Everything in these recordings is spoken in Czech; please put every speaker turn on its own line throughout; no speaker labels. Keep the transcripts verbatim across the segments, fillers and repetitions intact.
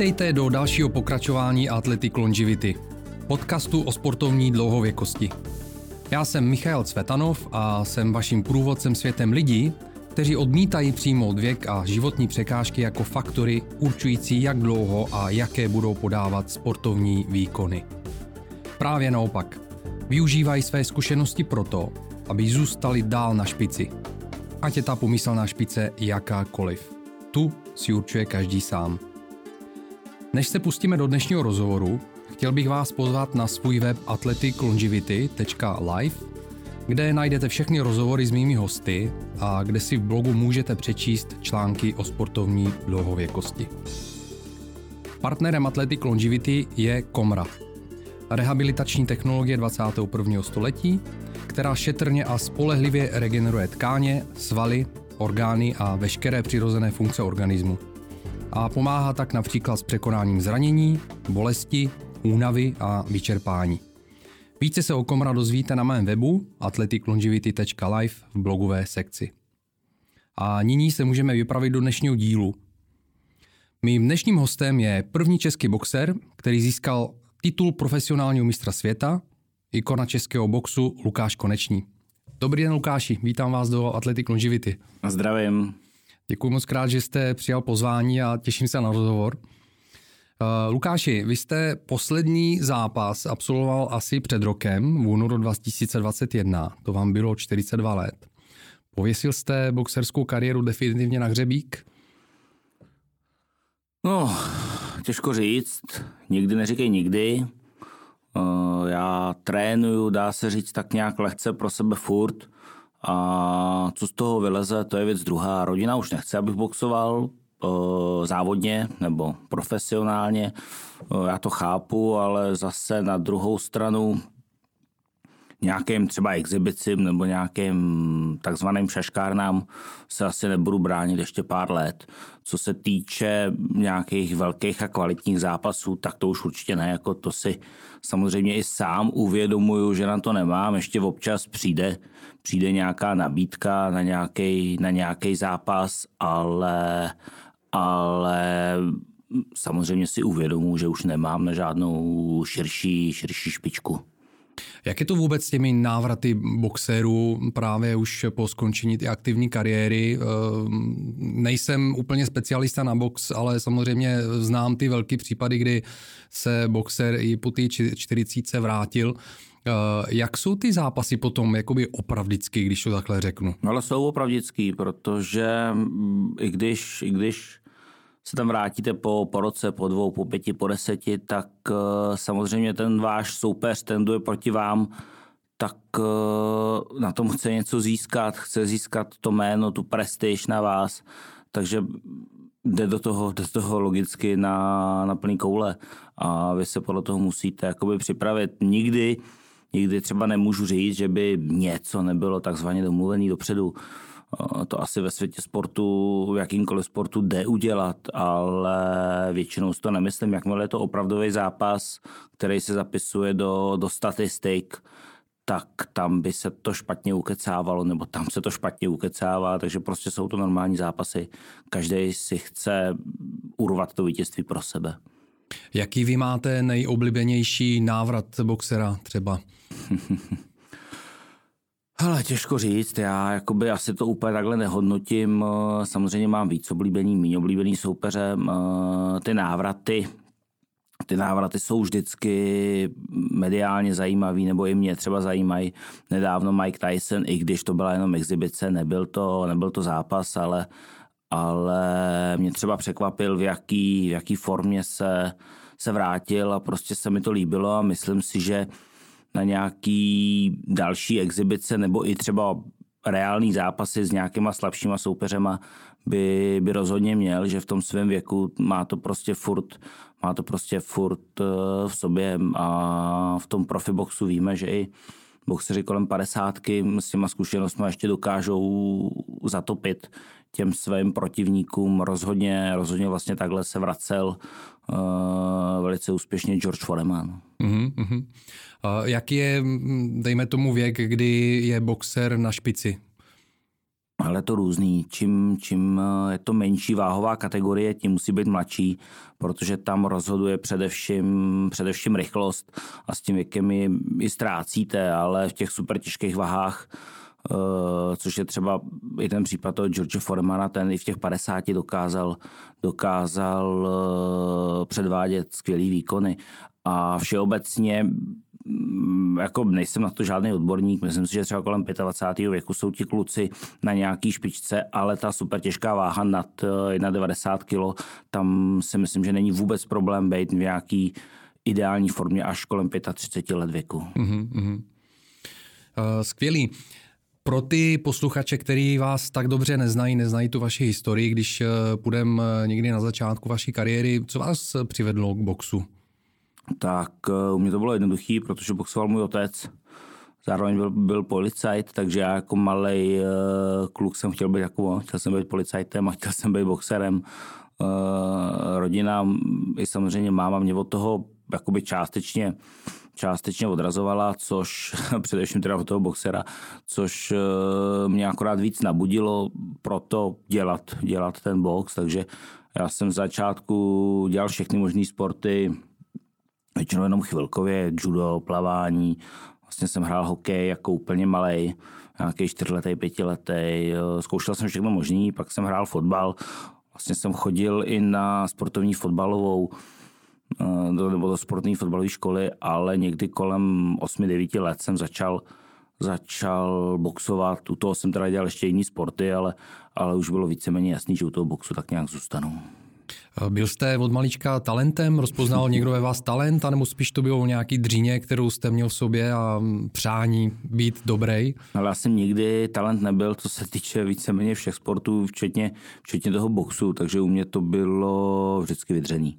Vítejte do dalšího pokračování Athletic Longevity, podcastu o sportovní dlouhověkosti. Já jsem Michael Cvetanov a jsem vaším průvodcem světem lidí, kteří odmítají přijmout věk a životní překážky jako faktory určující, jak dlouho a jaké budou podávat sportovní výkony. Právě naopak, využívají své zkušenosti proto, aby zůstali dál na špici. Ať je ta pomyslná špice jakákoliv. Tu si určuje každý sám. Než se pustíme do dnešního rozhovoru, chtěl bych vás pozvat na svůj web athletic longevity tečka live, kde najdete všechny rozhovory s mými hosty a kde si v blogu můžete přečíst články o sportovní dlouhověkosti. Partnerem Athletic Longevity je Komra, rehabilitační technologie dvacátého prvního století, která šetrně a spolehlivě regeneruje tkáně, svaly, orgány a veškeré přirozené funkce organismu. A pomáhá tak například s překonáním zranění, bolesti, únavy a vyčerpání. Více se o Komra dozvíte na mém webu athletic longevity tečka live v blogové sekci. A nyní se můžeme vypravit do dnešního dílu. Mým dnešním hostem je první český boxer, který získal titul profesionálního mistra světa, ikona českého boxu Lukáš Konečný. Dobrý den, Lukáši, vítám vás do Athletic Longevity.
Zdravím.
Děkuji moc krát, že jste přijal pozvání a těším se na rozhovor. Uh, Lukáši, vy jste poslední zápas absolvoval asi před rokem, v únoru dva tisíce dvacet jedna. To vám bylo čtyřicet dva let. Pověsil jste boxerskou kariéru definitivně na hřebík?
No, těžko říct. Nikdy neříkej nikdy. Uh, já trénuju, dá se říct, tak nějak lehce pro sebe furt. A co z toho vyleze, to je věc druhá. Rodina už nechce, abych boxoval uh, závodně nebo profesionálně. Uh, já to chápu, ale zase na druhou stranu nějakým třeba exhibicím nebo nějakým takzvaným šaškárnám se asi nebudu bránit ještě pár let. Co se týče nějakých velkých a kvalitních zápasů, tak to už určitě ne. Jako to si samozřejmě i sám uvědomuju, že na to nemám. Ještě občas přijde, přijde nějaká nabídka na nějaký, na nějaký zápas, ale, ale samozřejmě si uvědomuju, že už nemám na žádnou širší, širší špičku.
Jak je to vůbec s těmi návraty boxerů právě už po skončení té aktivní kariéry? Nejsem úplně specialista na box, ale samozřejmě znám ty velký případy, kdy se boxer i po té čtyřicítce vrátil. Jak jsou ty zápasy potom jakoby opravdický, když to takhle řeknu?
No ale jsou opravdický, protože i když, i když se tam vrátíte po, po roce, po dvou, po pěti, po deseti, tak uh, samozřejmě ten váš soupeř tenduje proti vám, tak uh, na tom chce něco získat, chce získat to jméno, tu prestiž na vás, takže jde do toho, jde do toho logicky na, na plný koule a vy se podle toho musíte jakoby připravit. Nikdy, nikdy třeba nemůžu říct, že by něco nebylo takzvaně domluvený dopředu. To asi ve světě sportu, v jakýmkoliv sportu jde udělat, ale většinou si to nemyslím. Jakmile je to opravdový zápas, který se zapisuje do, do statistik, tak tam by se to špatně ukecávalo, nebo tam se to špatně ukecává, takže prostě jsou to normální zápasy. Každý si chce urvat to vítězství pro sebe.
Jaký vy máte nejoblíbenější návrat boxera třeba?
Hele, těžko říct, já jakoby asi to úplně takhle nehodnotím, samozřejmě mám víc oblíbený, méně oblíbený soupeře, ty návraty, ty návraty jsou vždycky mediálně zajímavý, nebo i mě třeba zajímají. Nedávno Mike Tyson, i když to byla jenom exibice, nebyl to, nebyl to zápas, ale, ale mě třeba překvapil, v jaký, v jaký formě se, se vrátil a prostě se mi to líbilo a myslím si, že na nějaký další exibice nebo i třeba reální zápasy s nějakýma slabšíma soupeřema by, by rozhodně měl, že v tom svém věku má to prostě furt, má to prostě furt v sobě a v tom profiboxu víme, že i boxeři kolem padesátky s těma zkušenostmi ještě dokážou zatopit těm svým protivníkům. Rozhodně, rozhodně vlastně takhle se vracel uh, velice úspěšně George Foreman.
Mm-hmm. Uh, jaký je, dejme tomu, věk, kdy je boxer na špici?
Ale je to různý. Čím, čím je to menší váhová kategorie, tím musí být mladší, protože tam rozhoduje především, především rychlost a s tím věkem ji, ji ztrácíte, ale v těch super těžkých vahách, uh, což je třeba i ten případ toho George Foremana, ten i v těch padesáti dokázal, dokázal uh, předvádět skvělý výkony. A všeobecně jako nejsem na to žádný odborník, myslím si, že třeba kolem dvacátého pátého věku jsou ti kluci na nějaký špičce, ale ta super těžká váha nad devadesát jedna kilo, tam si myslím, že není vůbec problém být v nějaký ideální formě až kolem třicet pět let věku.
Mm-hmm. Uh, skvělý. Pro ty posluchače, který vás tak dobře neznají, neznají tu vaši historii, když půjdeme někdy na začátku vaší kariéry, co vás přivedlo k boxu?
Tak u mě to bylo jednoduchý, protože boxoval můj otec. Zároveň byl, byl policajt, takže já jako malej uh, kluk jsem chtěl být jako on. Chtěl jsem být policajtem a chtěl jsem být boxerem. Uh, rodina i samozřejmě máma mě od toho jakoby částečně, částečně odrazovala, což především teda od toho boxera, což uh, mě akorát víc nabudilo pro to dělat, dělat ten box. Takže já jsem v začátku dělal všechny možné sporty, většinou jenom chvilkově, judo, plavání. Vlastně jsem hrál hokej jako úplně malej, nějaký čtyřletý, pětiletý. Zkoušel jsem všechno možný, pak jsem hrál fotbal. Vlastně jsem chodil i na sportovní fotbalovou, nebo do sportovní fotbalové školy, ale někdy kolem osmi devíti let jsem začal, začal boxovat. U toho jsem teda dělal ještě jiný sporty, ale, ale už bylo víceméně jasný, že u toho boxu tak nějak zůstanu.
Byl jste od malička talentem? Rozpoznal někdo ve vás talent? Anebo spíš to bylo nějaký dříně, kterou jste měl v sobě a přání být dobrý?
Ale já jsem nikdy talent nebyl, co se týče víceméně všech sportů, včetně, včetně toho boxu, takže u mě to bylo vždycky vydřený.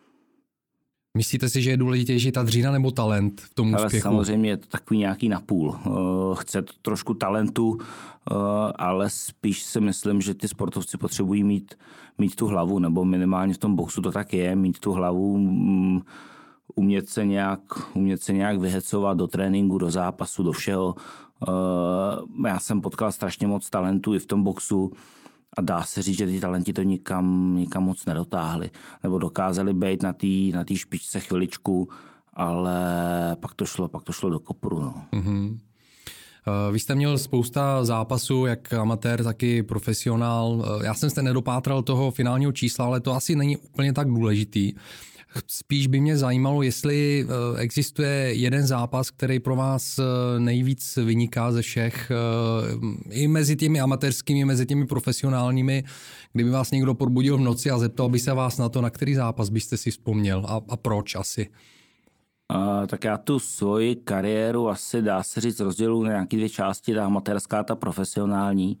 Myslíte si, že je důležitější ta dřína nebo talent v tom úspěchu?
Ale samozřejmě je to takový nějaký napůl. Chce to trošku talentu, ale spíš si myslím, že ty sportovci potřebují mít, mít tu hlavu, nebo minimálně v tom boxu to tak je, mít tu hlavu, umět se nějak, umět se nějak vyhecovat do tréninku, do zápasu, do všeho. Já jsem potkal strašně moc talentů i v tom boxu, a dá se říct, že ty talenti to nikam, nikam moc nedotáhli. Nebo dokázali být na té na té špičce chviličku, ale pak to šlo, pak to šlo do kopru. No.
Mm-hmm. Vy jste měl spousta zápasů, jak amatér, tak i profesionál. Já jsem se nedopátral toho finálního čísla, ale to asi není úplně tak důležitý. Spíš by mě zajímalo, jestli existuje jeden zápas, který pro vás nejvíc vyniká ze všech, i mezi těmi amatérskými, mezi těmi profesionálními, kdyby vás někdo probudil v noci a zeptal by se vás na to, na který zápas byste si vzpomněl a, a proč asi?
Uh, tak já tu svoji kariéru asi dá se říct rozdělu na nějaké dvě části, ta amatérská, ta profesionální.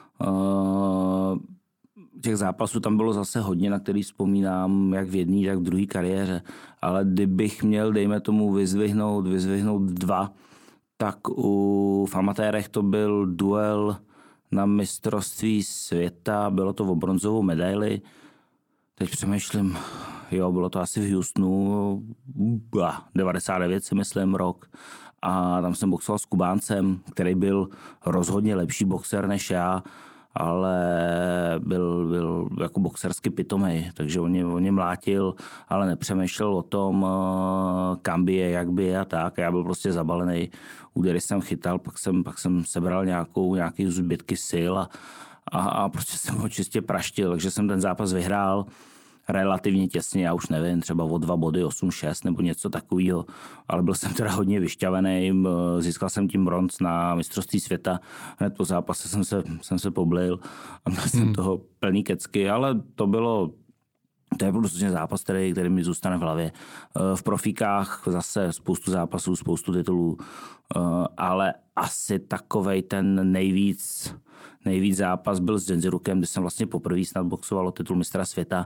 Uh, těch zápasů tam bylo zase hodně, na který vzpomínám, jak v jedné, tak v druhé kariéře. Ale kdybych měl, dejme tomu, vyzvihnout, vyzvihnout dva, tak u, v amatérech to byl duel na mistrovství světa, bylo to o bronzovou medaili. Teď přemýšlím, jo, bylo to asi v Houstonu, devadesát devět si myslím rok. A tam jsem boxoval s Kubáncem, který byl rozhodně lepší boxer než já, ale byl, byl jako boxersky pitomej, takže on mě, on mě mlátil, ale nepřemýšlel o tom, kam by je, jak by je a tak. Já byl prostě zabalený, údery jsem chytal, pak jsem, pak jsem sebral nějakou, nějaký zbytky sil a, a, a prostě jsem ho čistě praštil, takže jsem ten zápas vyhrál relativně těsně, já už nevím, třeba o dva body, osm šest nebo něco takového, ale byl jsem teda hodně vyšťavený, získal jsem tím bronz na mistrovství světa, hned po zápase jsem se, jsem se poblil a měl jsem hmm. toho plný kecky, ale to bylo, to je prostě zápas, který, který mi zůstane v hlavě. V profíkách zase spoustu zápasů, spoustu titulů, ale asi takovej ten nejvíc, nejvíc zápas byl s Genzirukem, kde jsem vlastně poprvé snad boxoval o titul mistra světa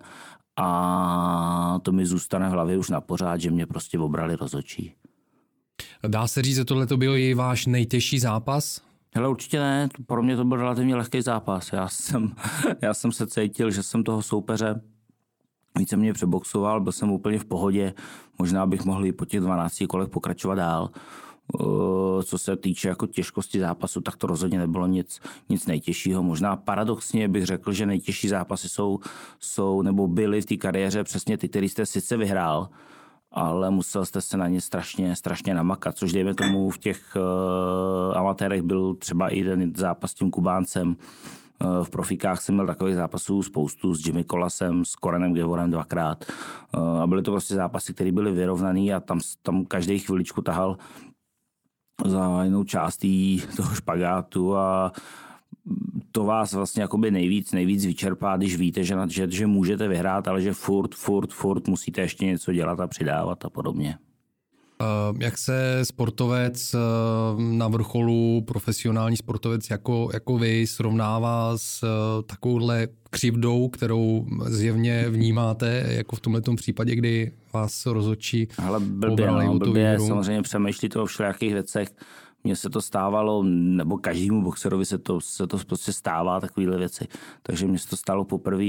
a to mi zůstane v hlavě už na pořád, že mě prostě obrali rozhodčí.
Dá se říct, že tohle to byl i váš nejtěžší zápas?
Hele, určitě ne, pro mě to byl relativně lehký zápas. Já jsem, já jsem se cítil, že jsem toho soupeře více mě přeboxoval, byl jsem úplně v pohodě, možná bych mohl i po těch dvanácti kolech pokračovat dál. Co se týče jako těžkosti zápasu, tak to rozhodně nebylo nic, nic nejtěžšího. Možná paradoxně bych řekl, že nejtěžší zápasy jsou, jsou nebo byly v té kariéře přesně ty, který jste sice vyhrál, ale musel jste se na ně strašně, strašně namakat, což dejme tomu v těch uh, amatérech byl třeba i ten zápas s tím Kubáncem. Uh, v profikách jsem měl takových zápasů spoustu s Jimmy Colasem, s Corenem Gevorem dvakrát. Uh, a byly to prostě zápasy, které byly vyrovnaný a tam, tam každý chviličku tahal za jinou částí toho špagátu a to vás vlastně jakoby nejvíc, nejvíc vyčerpá, když víte, že, že, že můžete vyhrát, ale že furt, furt, furt musíte ještě něco dělat a přidávat a podobně.
Jak se sportovec na vrcholu, profesionální sportovec jako, jako vy srovnává s takovouhle křivdou, kterou zjevně vnímáte, jako v tomhletom případě, kdy vás rozhodčí
Ale blbě, no, blbě samozřejmě přemýšlíte o všelijakých věcech. Mně se to stávalo, nebo každému boxerovi se to, se to prostě stává, takovéhle věci. Takže mně se to stalo poprvé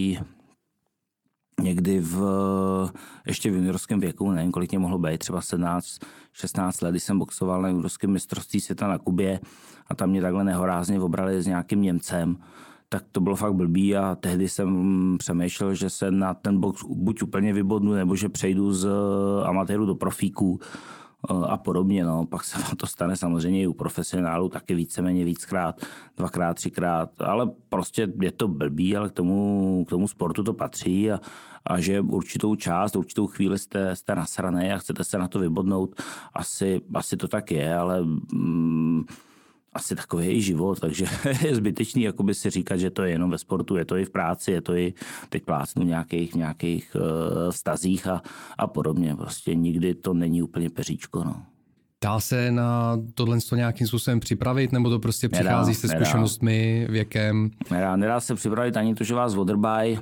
někdy v, ještě v juniorském věku, nevím, kolik mě mohlo být, třeba sedmnáct šestnáct let, když jsem boxoval na juniorském mistrovství světa na Kubě a tam mě takhle nehorázně obrali s nějakým Němcem, tak to bylo fakt blbý a tehdy jsem přemýšlel, že se na ten box buď úplně vybodnu, nebo že přejdu z amatéru do profíků a podobně. No. Pak se vám to stane samozřejmě i u profesionálů, taky víceméně víckrát, dvakrát, třikrát, ale prostě je to blbý, ale k tomu, k tomu sportu to patří a, a že určitou část, určitou chvíli jste, jste nasranej a chcete se na to vybodnout, asi, asi to tak je, ale mm, asi takový je i život, takže je zbytečný jakoby si říkat, že to je jenom ve sportu, je to i v práci, je to i teď plácnu v nějakých, nějakých uh, vztazích a, a podobně. Prostě nikdy to není úplně peříčko. No.
Dá se na tohle nějakým způsobem připravit, nebo to prostě přichází se zkušenostmi, věkem?
Nedá, nedá se připravit ani to, že vás odrbají,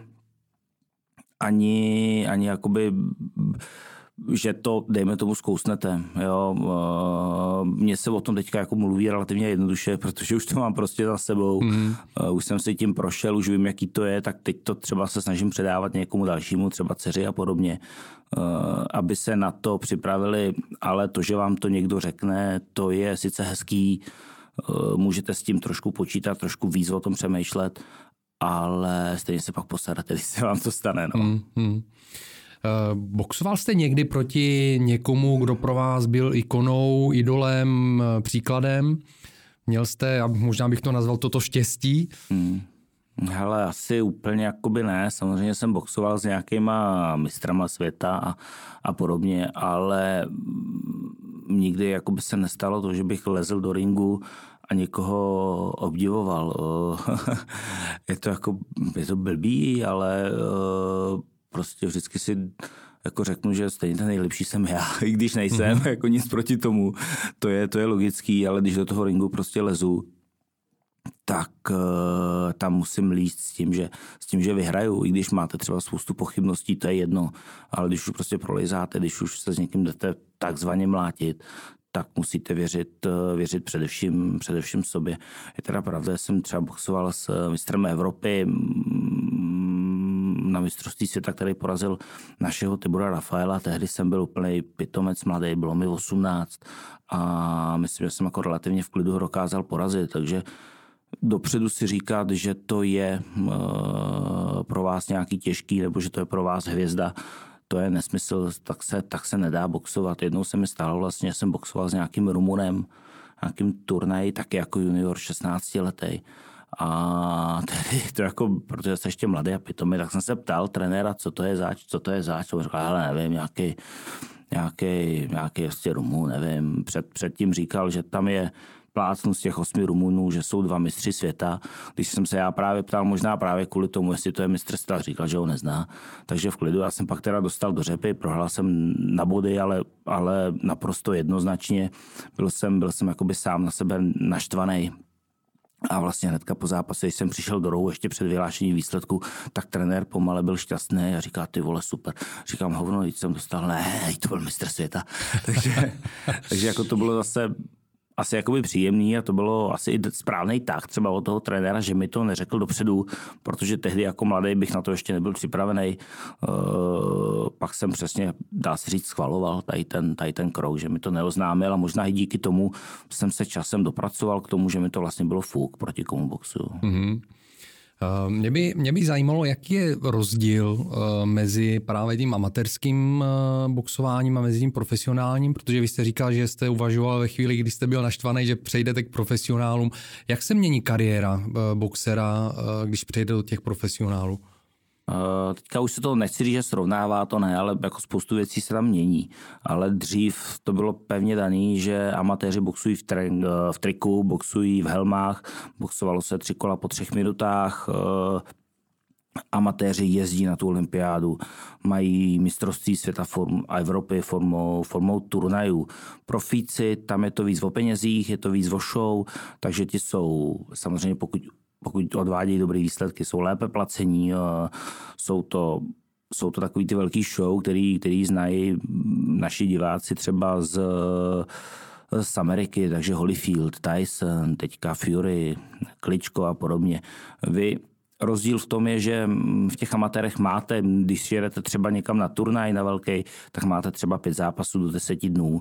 ani, ani jakoby... že to, dejme tomu, zkousnete. Jo. Mně se o tom teďka jako mluví relativně jednoduše, protože už to mám prostě za sebou. Mm. Už jsem si tím prošel, už vím, jaký to je, tak teď to třeba se snažím předávat někomu dalšímu, třeba dceři a podobně, aby se na to připravili, ale to, že vám to někdo řekne, to je sice hezký, můžete s tím trošku počítat, trošku víc o tom přemýšlet, ale stejně se pak posadáte, když se vám to stane. No.
Mm, mm. Boxoval jste někdy proti někomu, kdo pro vás byl ikonou, idolem, příkladem? Měl jste, možná bych to nazval, toto štěstí? Hmm.
Hele, asi úplně jakoby ne. Samozřejmě jsem boxoval s nějakýma mistrama světa a, a podobně, ale nikdy jakoby se nestalo to, že bych lezl do ringu a někoho obdivoval. Je to jako, je to blbý, ale prostě vždycky si jako řeknu, že stejně ten nejlepší jsem já, i když nejsem, mm-hmm. jako nic proti tomu. To je, to je logický, ale když do toho ringu prostě lezu, tak uh, tam musím líst s tím, že, s tím, že vyhraju. I když máte třeba spoustu pochybností, to je jedno. Ale když už prostě prolejzáte, když už se s někým jdete takzvaně mlátit, tak musíte věřit, věřit především, především sobě. Je teda pravda, že jsem třeba boxoval s mistrem Evropy na mistrovství světa, který porazil našeho Tibora Rafaela. Tehdy jsem byl úplný pitomec mladý, bylo mi osmnáct a myslím, že jsem jako relativně v klidu ho dokázal porazit, takže dopředu si říkat, že to je uh, pro vás nějaký těžký, nebo že to je pro vás hvězda, to je nesmysl, tak se, tak se nedá boxovat. Jednou se mi stalo vlastně, jsem boxoval s nějakým Rumunem, nějakým turnaji, taky jako junior šestnáctiletý. A tedy to jako, protože jsem ještě mladý a pitomý, tak jsem se ptal trenéra, co to je zač, co to je zač. On říkal, ale nevím, nějaký, nějaký, nějaký ještě Rumun, nevím. Před, předtím říkal, že tam je plácnu z těch osmi Rumunů, že jsou dva mistři světa. Když jsem se já právě ptal, možná právě kvůli tomu, jestli to je mistr světa, říkal, že ho nezná. Takže v klidu, já jsem pak teda dostal do řepy, prohrál jsem na body, ale, ale naprosto jednoznačně. Byl jsem, byl jsem jakoby sám na sebe naštvaný. A vlastně hnedka po zápase, když jsem přišel do rohu ještě před vyhlášením výsledku, tak trenér pomale byl šťastný a říká, ty vole, super. Říkám, hovno, teď jsem dostal, ne, to byl mistr světa. takže, takže jako to bylo zase asi jakoby příjemný a to bylo asi i správný tah třeba od toho trenéra, že mi to neřekl dopředu, protože tehdy jako mladý bych na to ještě nebyl připravený. Uh, pak jsem přesně, dá se říct, schvaloval tady ten, tady ten krok, že mi to neoznámil a možná i díky tomu jsem se časem dopracoval k tomu, že mi to vlastně bylo fuk proti komuboxu.
Mm-hmm. Mě by, mě by zajímalo, jaký je rozdíl mezi právě tím amatérským boxováním a mezi tím profesionálním, protože vy jste říkal, že jste uvažoval ve chvíli, kdy jste byl naštvaný, že přejdete k profesionálům. Jak se mění kariéra boxera, když přejde do těch profesionálů?
Uh, teďka už se to nechci říct, že srovnává, to ne, ale jako spoustu věcí se tam mění. Ale dřív to bylo pevně daný, že amatéři boxují v, tri- v triku, boxují v helmách, boxovalo se tři kola po třech minutách, uh, amatéři jezdí na tu olympiádu, mají mistrovství světa form, a Evropy formou, formou turnajů. Profíci, tam je to víc o penězích, je to víc o show, takže ti jsou samozřejmě pokud pokud odvádějí dobré výsledky, jsou lépe placení, jsou to, jsou to takový ty velký show, který, který znají naši diváci třeba z, z Ameriky, takže Holyfield, Tyson, teďka Fury, Kličko a podobně. Vy rozdíl v tom je, že v těch amatérech máte, když jedete třeba někam na turnaj na velký, tak máte třeba pět zápasů do deseti dnů.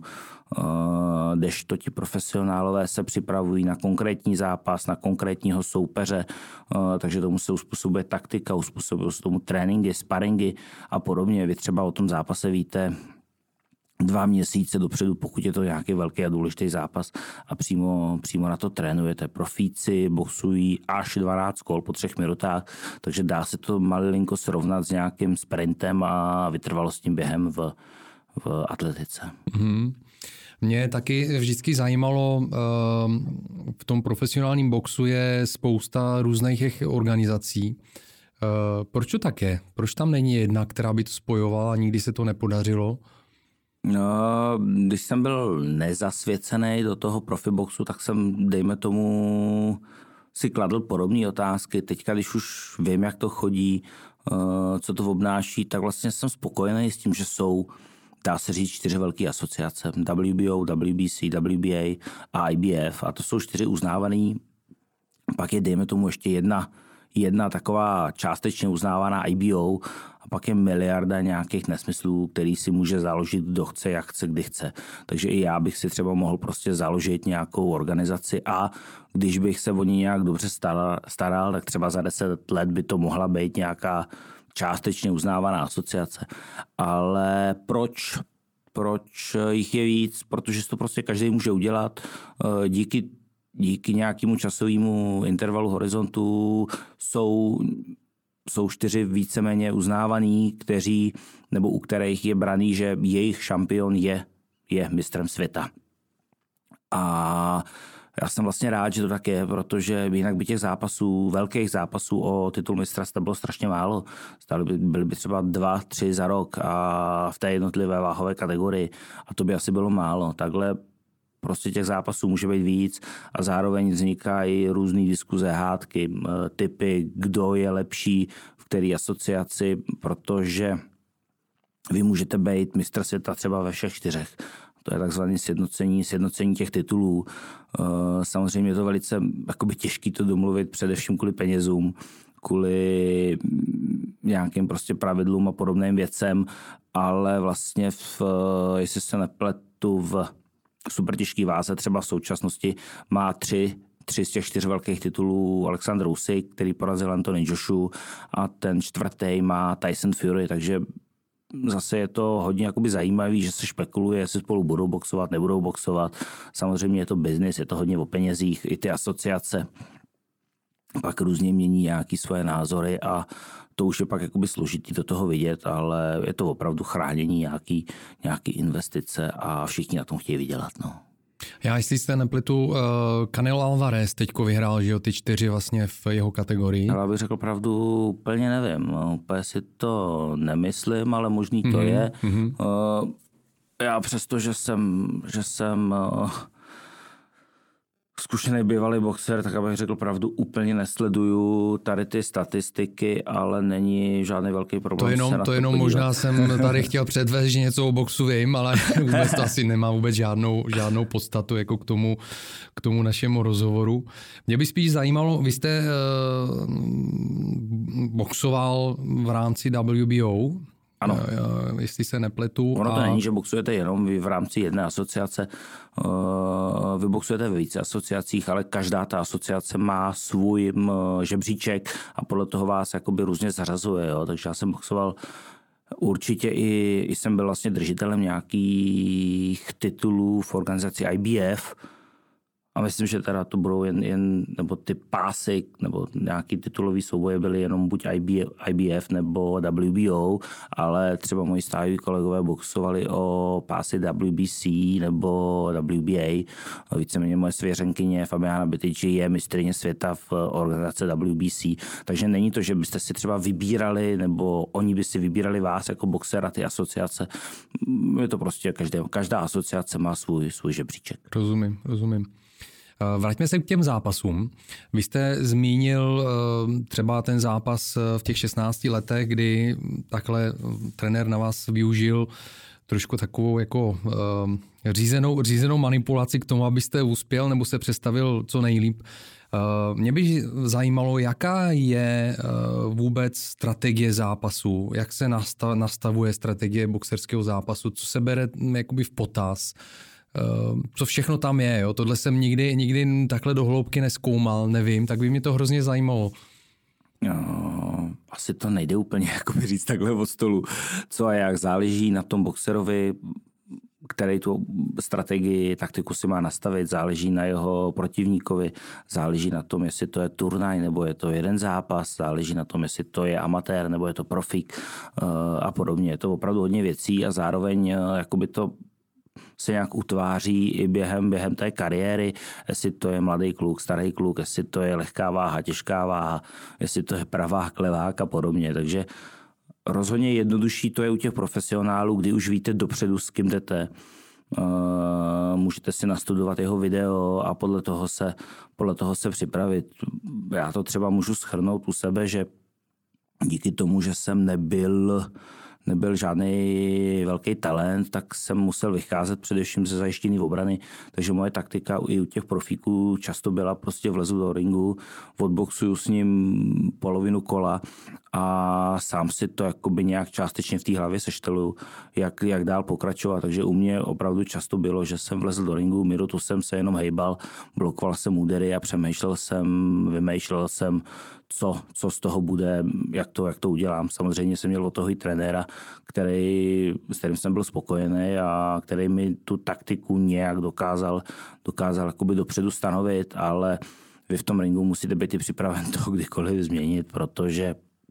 Kdežto ti profesionálové se připravují na konkrétní zápas, na konkrétního soupeře, takže tomu se uspůsobuje taktika, uspůsobuje se tomu tréninky, sparingy a podobně. Vy třeba o tom zápase víte dva měsíce dopředu, pokud je to nějaký velký a důležitý zápas a přímo, přímo na to trénujete. Profíci boxují až dvanáct kol po třech minutách, takže dá se to malinko srovnat s nějakým sprintem a vytrvalostním během v, v atletice. Mm-hmm.
Mě taky vždycky zajímalo, v tom profesionálním boxu je spousta různých organizací. Proč to tak je? Proč tam není jedna, která by to spojovala a nikdy se to nepodařilo?
No, když jsem byl nezasvěcený do toho profiboxu, tak jsem, dejme tomu, si kladl podobné otázky. Teďka, když už vím, jak to chodí, co to obnáší, tak vlastně jsem spokojený s tím, že jsou, dá se říct, čtyři velké asociace. W B O, W B C, W B A a I B F. A to jsou čtyři uznávaný. Pak je, dejme tomu, ještě jedna, jedna taková částečně uznávaná I B O a pak je miliarda nějakých nesmyslů, který si může založit, kdo chce, jak chce, kdy chce. Takže i já bych si třeba mohl prostě založit nějakou organizaci a když bych se o ní nějak dobře staral, staral tak třeba za deset let by to mohla být nějaká částečně uznávaná asociace. Ale proč, proč jich je víc? Protože to prostě každý může udělat. Díky, díky nějakému časovému intervalu horizontu jsou, jsou čtyři víceméně uznávaný, kteří, nebo u kterých je braný, že jejich šampion je, je mistrem světa. A já jsem vlastně rád, že to tak je, protože jinak by těch zápasů, velkých zápasů o titul mistra bylo strašně málo. Stále by, byly by třeba dva, tři za rok a v té jednotlivé váhové kategorii a to by asi bylo málo. Takhle prostě těch zápasů může být víc a zároveň vznikají různé diskuze, hádky, typy, kdo je lepší v které asociaci, protože vy můžete být mistr světa třeba ve všech čtyřech. To je takzvané sjednocení, sjednocení těch titulů. Samozřejmě je to velice jakoby těžké to domluvit, především kvůli penězům, kvůli nějakým prostě pravidlům a podobným věcem, ale vlastně, v, jestli se nepletu, v supertěžké váze třeba v současnosti má tři, tři z těch čtyř velkých titulů Alexander Usyk, který porazil Anthony Joshua a ten čtvrtý má Tyson Fury, takže zase je to hodně jakoby zajímavý, že se špekuluje, jestli spolu budou boxovat, nebudou boxovat. Samozřejmě je to biznis, je to hodně o penězích, i ty asociace pak různě mění nějaké svoje názory a to už je pak jakoby složitý do toho vidět, ale je to opravdu chránění nějaký, nějaký investice a všichni na tom chtějí vydělat. No.
Já, jestli jste nepletu, Canelo Alvarez teďko vyhrál, že jo, ty čtyři vlastně v jeho kategorii.
Ale abych řekl pravdu, úplně nevím. No, úplně si to nemyslím, ale možný to mm-hmm. je. Mm-hmm. Uh, já přesto, že jsem, že jsem uh, zkušený bývalý boxer, tak abych řekl pravdu, úplně nesleduju tady ty statistiky, ale není žádný velký problém.
To jenom,
se na
to
to
jenom možná jsem tady chtěl předvést, že něco o boxu vím, ale vůbec to asi nemá vůbec žádnou, žádnou podstatu jako k tomu, k tomu našemu rozhovoru. Mě by spíš zajímalo, vy jste uh, boxoval v rámci W B O,
ano.
Uh, jestli se nepletu.
Ono to
a... není,
že boxujete jenom vy v rámci jedné asociace. Uh, vy boxujete ve více asociacích, ale každá ta asociace má svůj uh, žebříček a podle toho vás jakoby různě zařazuje. Jo? Takže já jsem boxoval určitě i, i jsem byl vlastně držitelem nějakých titulů v organizaci I B F. A myslím, že teda to budou jen, jen nebo ty pásy, nebo nějaký titulový souboje byly jenom buď I B F nebo W B O, ale třeba moji stájoví kolegové boxovali o pásy W B C nebo W B A. Víceméně moje svěřenkyně Fabiana Bitici je mistryně světa v organizaci W B C. Takže není to, že byste si třeba vybírali, nebo oni by si vybírali vás jako boxera, ty asociace. Je to prostě každé, každá asociace má svůj, svůj žebříček.
Rozumím, rozumím. Vraťme se k těm zápasům. Vy jste zmínil třeba ten zápas v těch šestnácti letech, kdy takhle trenér na vás využil trošku takovou jako řízenou, řízenou manipulaci k tomu, abyste uspěl nebo se představil co nejlíp. Mě by zajímalo, jaká je vůbec strategie zápasu, jak se nastavuje strategie boxerského zápasu, co se bere jakoby v potaz. Co všechno tam je, jo? Tohle jsem nikdy, nikdy takhle do hloubky nezkoumal, nevím, tak by mě to hrozně zajímalo.
No, asi to nejde úplně jakoby říct takhle od stolu. Co a jak, záleží na tom boxerovi, který tu strategii, taktiku si má nastavit, záleží na jeho protivníkovi, záleží na tom, jestli to je turnaj nebo je to jeden zápas, záleží na tom, jestli to je amatér nebo je to profík a podobně. Je to opravdu hodně věcí a zároveň jakoby to se nějak utváří i během, během té kariéry, jestli to je mladý kluk, starý kluk, jestli to je lehká váha, těžká váha, jestli to je pravák, levák a podobně. Takže rozhodně jednodušší to je u těch profesionálů, kdy už víte dopředu, s kým jdete. Můžete si nastudovat jeho video a podle toho se, podle toho se připravit. Já to třeba můžu shrnout u sebe, že díky tomu, že jsem nebyl nebyl žádný velký talent, tak jsem musel vycházet především ze zajištění obrany, takže moje taktika i u těch profíků často byla prostě vlezu do ringu, odboxuju s ním polovinu kola a sám si to jakoby nějak částečně v té hlavě sešteluju, jak, jak dál pokračovat. Takže u mě opravdu často bylo, že jsem vlezl do ringu, minutu jsem se jenom hejbal, blokoval jsem údery a přemýšlel jsem, vymýšlel jsem, co, co z toho bude, jak to, jak to udělám. Samozřejmě jsem měl od toho i trenéra, který, s kterým jsem byl spokojený a který mi tu taktiku nějak dokázal, dokázal jakoby dopředu stanovit, ale vy v tom ringu musíte být i připraven to kdykoliv změnit, protože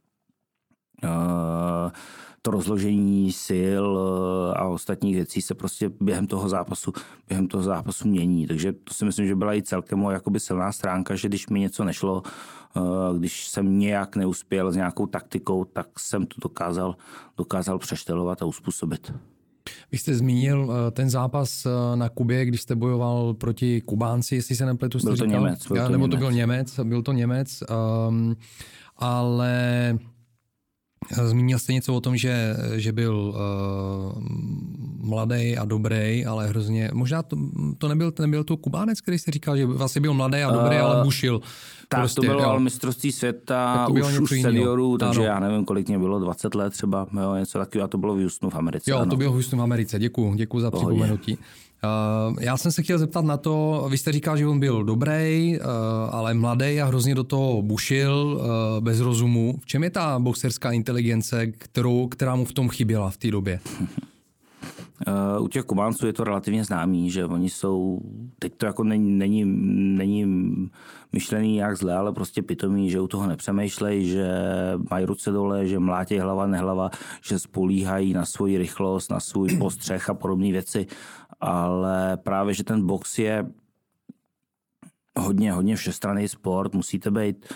uh, to rozložení sil a ostatních věcí se prostě během toho zápasu, během toho zápasu mění. Takže to si myslím, že byla i celkem moje jakoby silná stránka, že když mi něco nešlo, když jsem nějak neuspěl s nějakou taktikou, tak jsem to dokázal, dokázal přeštelovat a uspůsobit.
Vy jste zmínil ten zápas na Kubě, když jste bojoval proti Kubánci, jestli se nepletu, jste
byl to
říkal?
Němec. Byl
Já,
to
nebo
Němec.
to byl Němec, byl to Němec, um, ale zmínil jste něco o tom, že, že byl uh, mladý a dobrý, ale hrozně, možná to, to nebyl, nebyl to Kubánec, který jste říkal, že vlastně byl mladý a dobrý, uh, ale bušil.
Tak
prostě,
to bylo
jo.
mistrovství světa už, už seniorů, takže ano. Já nevím, kolik mě bylo, dvacet let třeba, jo, něco takového, a to bylo v Houstonu v Americe.
Jo,
ano.
to bylo v Houstonu v Americe, děkuju, děkuju za
Pohodě.
připomenutí. Uh, já jsem se chtěl zeptat na to, vy jste říkal, že on byl dobrý, uh, ale mladý a hrozně do toho bušil, uh, bez rozumu. V čem je ta boxerská inteligence, kterou, která mu v tom chyběla v té době?
Uh, u těch Kubánců je to relativně známý, že oni jsou, teď to jako není, není, není myšlený jak zle, ale prostě pitomí, že u toho nepřemýšlej, že mají ruce dole, že mlátí hlava, nehlava, že spolíhají na svoji rychlost, na svůj postřeh a podobné věci, ale právě, že ten box je hodně, hodně všestranný sport, musíte být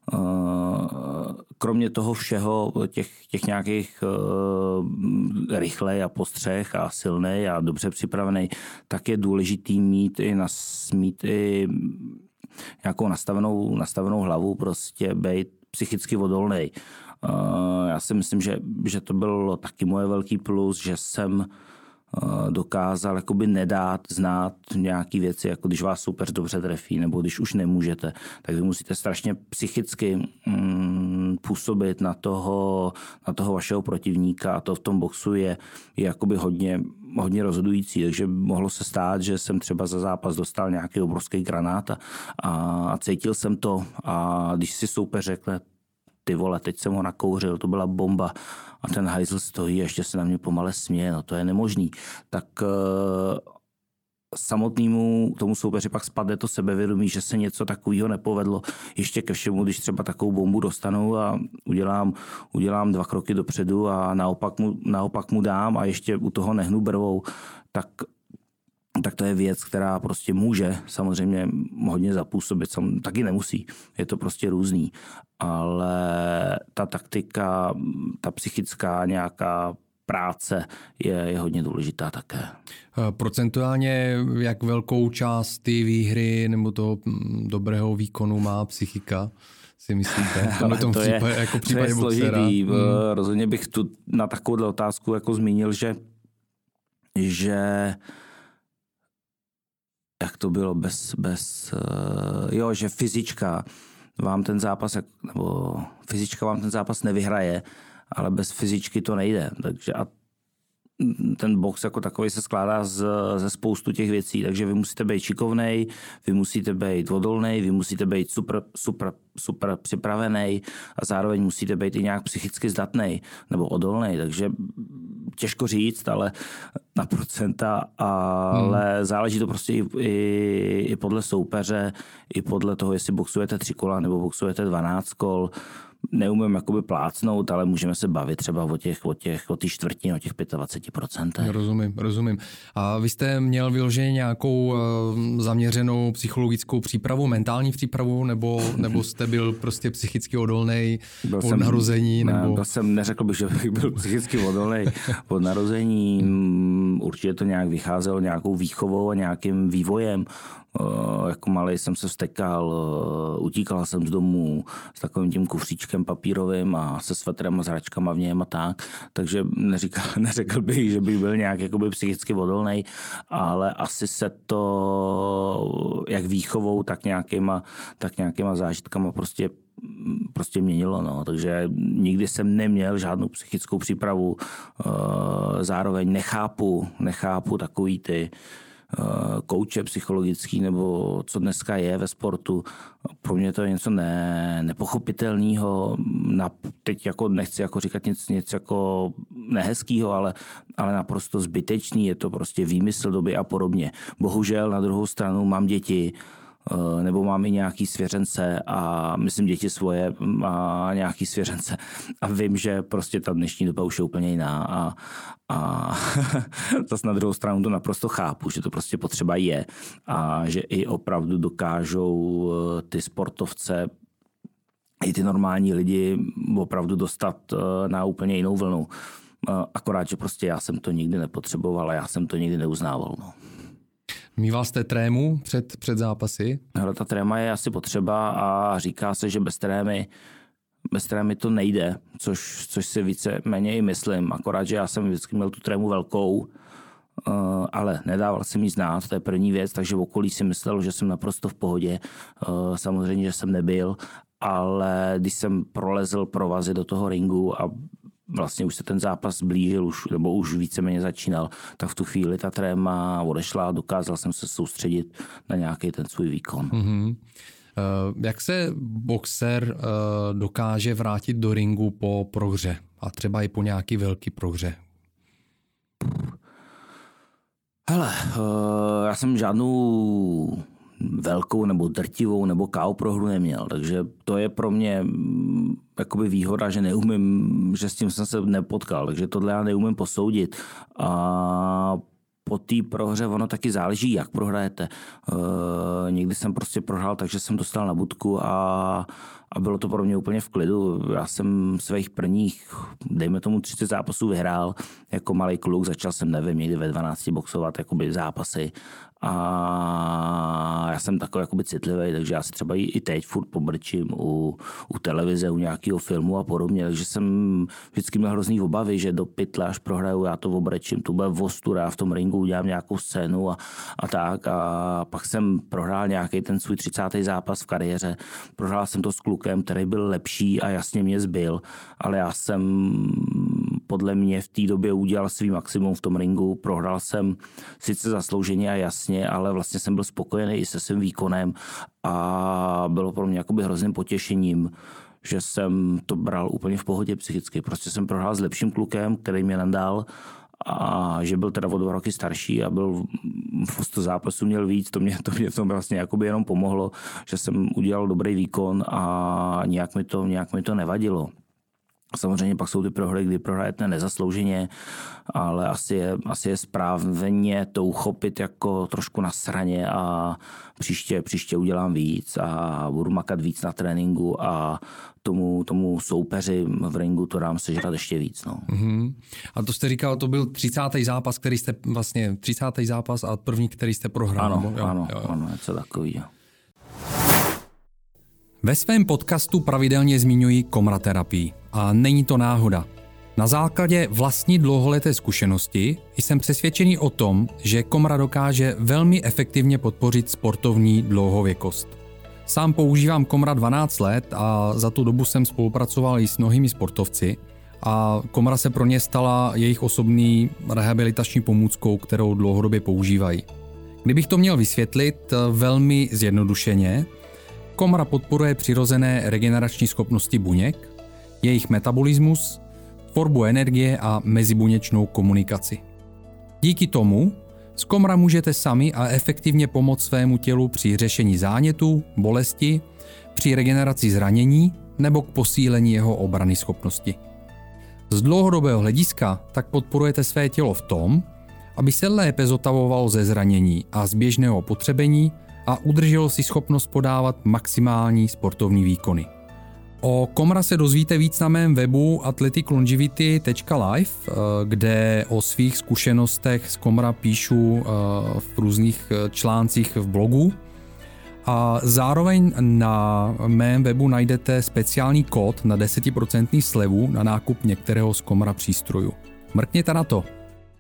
Kromě toho všeho, těch, těch nějakých rychlej a postřeh a silnej a dobře připravený, tak je důležitý mít i, nas, mít i nějakou nastavenou, nastavenou hlavu, prostě být psychicky odolnej. Já si myslím, že, že to bylo taky moje velký plus, že jsem dokázal jakoby nedát znát nějaký věci, jako když vás soupeř dobře trefí, nebo když už nemůžete, tak vy musíte strašně psychicky mm, působit na toho, na toho vašeho protivníka a to v tom boxu je, je jakoby hodně, hodně rozhodující, takže mohlo se stát, že jsem třeba za zápas dostal nějaký obrovský granát a, a cítil jsem to a když si soupeř řekne, ty vole, teď jsem ho nakouřil, to byla bomba a ten hajzl stojí a ještě se na mě pomale směje, no to je nemožný. Tak uh, samotnému tomu soupeři pak spadne to sebevědomí, že se něco takového nepovedlo. Ještě ke všemu, když třeba takovou bombu dostanu a udělám, udělám dva kroky dopředu a naopak mu, naopak mu dám a ještě u toho nehnu brvou, tak tak to je věc, která prostě může samozřejmě hodně zapůsobit. Taky nemusí, je to prostě různý. Ale ta taktika, ta psychická nějaká práce je, je hodně důležitá také.
Procentuálně jak velkou část té výhry nebo toho dobrého výkonu má psychika? Si myslíte?
Ale
tom
to,
případ,
je,
jako
to je složitý. Hmm. Rozhodně bych tu na takovou otázku jako zmínil, že, že jak to bylo bez, bez jo, že fyzička vám ten zápas, nebo fyzička vám ten zápas nevyhraje, ale bez fyzičky to nejde. Takže a ten box jako takový se skládá z, ze spoustu těch věcí, takže vy musíte být šikovnej, vy musíte být odolnej, vy musíte být super, super, super připravený a zároveň musíte být i nějak psychicky zdatnej nebo odolnej, takže těžko říct, ale na procenta, ale hmm. záleží to prostě i, i, i podle soupeře, i podle toho, jestli boxujete tři kola nebo boxujete dvanáct kol. Neumím jakoby plácnout, ale můžeme se bavit třeba o těch, o těch, o těch čtvrtině, o těch dvacet pět procent.
Rozumím, rozumím. A vy jste měl vyloženě nějakou uh, zaměřenou psychologickou přípravu, mentální přípravu, nebo, nebo jste byl prostě psychicky odolnej byl od jsem, narození?
Ne,
nebo...
to jsem neřekl bych, že bych byl psychicky odolnej od narození. Určitě to nějak vycházelo nějakou výchovou a nějakým vývojem. Uh, jako malej jsem se vztekal, uh, utíkal jsem z domu s takovým tím kufříčkem papírovým a se svetrem a s hračkama v něm a tak, takže neříkal, neřekl bych, že bych byl nějak jakoby psychicky odolnej, ale asi se to jak výchovou, tak nějakýma, tak nějakýma zážitkama prostě prostě měnilo, no. Takže nikdy jsem neměl žádnou psychickou přípravu, uh, zároveň nechápu, nechápu takový ty kouče psychologický, nebo co dneska je ve sportu. Pro mě to je něco ne, nepochopitelného. Na, teď jako nechci jako říkat nic, nic jako nehezkýho, ale, ale naprosto zbytečný. Je to prostě výmysl doby a podobně. Bohužel na druhou stranu mám děti, nebo mám i nějaký svěřence a myslím děti svoje a nějaký svěřence a vím, že prostě ta dnešní doba už je úplně jiná a, a zase na druhou stranu to naprosto chápu, že to prostě potřeba je a že i opravdu dokážou ty sportovce i ty normální lidi opravdu dostat na úplně jinou vlnu. Akorát, že prostě já jsem to nikdy nepotřeboval a já jsem to nikdy neuznával, no.
Mýval jste trému před, před zápasy?
Hele, ta tréma je asi potřeba a říká se, že bez trémy, bez trémy to nejde, což, což si více méně i myslím. Akorát, že já jsem vždycky měl tu trému velkou, ale nedával jsem jí znát, to je první věc, takže v okolí si myslel, že jsem naprosto v pohodě. Samozřejmě, že jsem nebyl, ale když jsem prolezl provazy do toho ringu a vlastně už se ten zápas blížil, už, nebo už víceméně začínal, tak v tu chvíli ta tréma odešla a dokázal jsem se soustředit na nějaký ten svůj výkon.
Mm-hmm. Uh, jak se boxer uh, dokáže vrátit do ringu po prohře a třeba i po nějaký velký prohře?
Hele, uh, já jsem žádnou velkou nebo drtivou nebo ká ó prohru neměl, takže to je pro mě jakoby výhoda, že neumím, že s tím jsem se nepotkal, takže tohle já neumím posoudit a po té prohře ono taky záleží, jak prohrajete. E, někdy jsem prostě prohrál, takže jsem dostal na budku a, a bylo to pro mě úplně v klidu. Já jsem svých prvních, dejme tomu třicet zápasů vyhrál. Jako malý kluk začal jsem, nevím, někdy ve dvanácti boxovat jakoby zápasy. A já jsem takový jakoby citlivý, takže já si třeba i teď furt pobrčím u, u televize, u nějakého filmu a podobně, takže jsem vždycky měl hrozný obavy, že do pytle, až prohraju, já to obrečím, to bude vostura, já v tom ringu udělám nějakou scénu a, a tak a pak jsem prohrál nějaký ten svůj třicátý zápas v kariéře, prohrál jsem to s klukem, který byl lepší a jasně mě zbyl, ale já jsem podle mě v té době udělal svý maximum v tom ringu, prohrál jsem sice zaslouženě a jasně, ale vlastně jsem byl spokojený i se svým výkonem a bylo pro mě jakoby hrozným potěšením, že jsem to bral úplně v pohodě psychicky. Prostě jsem prohrál s lepším klukem, který mě nadal a že byl teda o dva roky starší a byl v sto zápasů měl víc, to mě, to mě v tom vlastně jakoby jenom pomohlo, že jsem udělal dobrý výkon a nějak mi to, nějak mi to nevadilo. Samozřejmě pak jsou ty prohry, kdy prohrajete nezaslouženě, ale asi je, asi je správně to uchopit jako trošku na sraně a příště, příště udělám víc a budu makat víc na tréninku a tomu, tomu soupeři v ringu to dám sežrat ještě víc. No.
Mm-hmm. A to jste říkal, to byl třicátý zápas, který jste vlastně třicátý zápas a první, který jste prohrál.
Ano,
jo,
ano,
jo.
ano, něco takového.
Ve svém podcastu pravidelně zmiňuji komraterapii a není to náhoda. Na základě vlastní dlouholeté zkušenosti jsem přesvědčený o tom, že komra dokáže velmi efektivně podpořit sportovní dlouhověkost. Sám používám komra dvanáct let a za tu dobu jsem spolupracoval i s mnohými sportovci a komra se pro ně stala jejich osobní rehabilitační pomůckou, kterou dlouhodobě používají. Kdybych to měl vysvětlit velmi zjednodušeně, komra podporuje přirozené regenerační schopnosti buněk, jejich metabolismus, tvorbu energie a mezibuněčnou komunikaci. Díky tomu z komra můžete sami a efektivně pomoct svému tělu při řešení zánětů, bolesti, při regeneraci zranění nebo k posílení jeho obrany schopnosti. Z dlouhodobého hlediska tak podporujete své tělo v tom, aby se lépe zotavovalo ze zranění a z běžného potřebení a udrželo si schopnost podávat maximální sportovní výkony. O komra se dozvíte víc na mém webu athletic longevity tečka live, kde o svých zkušenostech z komra píšu v různých článcích v blogu. A zároveň na mém webu najdete speciální kód na deset procent slevu na nákup některého z komra přístrojů. Mrkněte na to.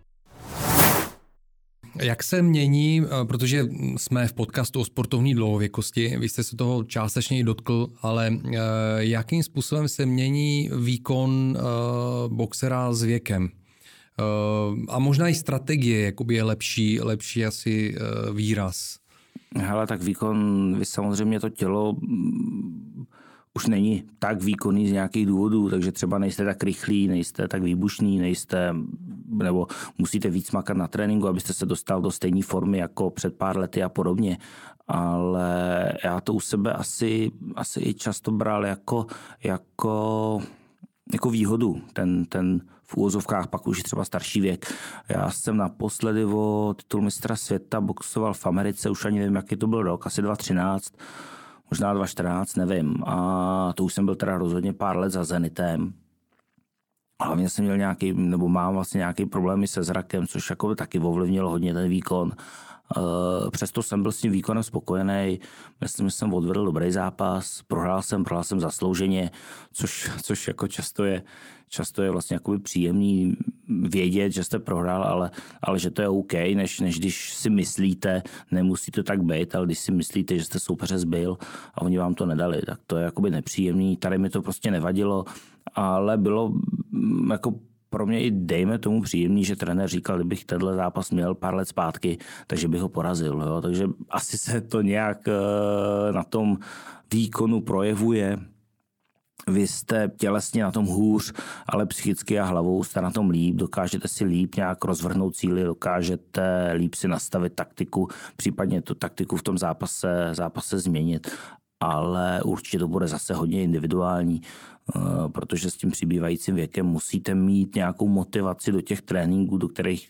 Jak se mění, protože jsme v podcastu o sportovní dlouhověkosti, vy jste se toho částečně i dotkl, ale jakým způsobem se mění výkon boxera s věkem? A možná i strategie, jakoby je lepší, lepší asi výraz.
Hele, tak výkon, vy samozřejmě to tělo už není tak výkonný z nějakých důvodů, takže třeba nejste tak rychlí, nejste tak výbušní, nejste, nebo musíte víc makat na tréninku, abyste se dostal do stejné formy jako před pár lety a podobně. Ale já to u sebe asi, asi i často bral jako, jako, jako výhodu, ten, ten v úvozovkách pak už třeba starší věk. Já jsem naposledy o titul mistra světa boxoval v Americe, už ani nevím, jaký to byl rok, asi dva tisíce třináct, možná dva tisíce čtrnáct, nevím. A to už jsem byl teda rozhodně pár let za Zenitem. Hlavně jsem měl nějaký, nebo mám vlastně nějaký problémy se zrakem, což jako taky ovlivnilo hodně ten výkon. Přesto jsem byl s tím výkonem spokojený. Myslím, že jsem odvedl dobrý zápas. Prohrál jsem, prohrál jsem zaslouženě, což, což jako často je, často je vlastně jakoby příjemný vědět, že jste prohrál, ale, ale že to je OK, než, než když si myslíte, nemusí to tak být, ale když si myslíte, že jste soupeře zbyl a oni vám to nedali, tak to je jakoby nepříjemný. Tady mi to prostě nevadilo, ale bylo jako pro mě i dejme tomu příjemný, že trenér říkal, kdybych tenhle zápas měl pár let zpátky, takže bych ho porazil. Jo? Takže asi se to nějak na tom výkonu projevuje. Vy jste tělesně na tom hůř, ale psychicky a hlavou jste na tom líp, dokážete si líp nějak rozvrhnout cíly, dokážete líp si nastavit taktiku, případně tu taktiku v tom zápase, zápase změnit, ale určitě to bude zase hodně individuální, protože s tím přibývajícím věkem musíte mít nějakou motivaci do těch tréninků, do kterých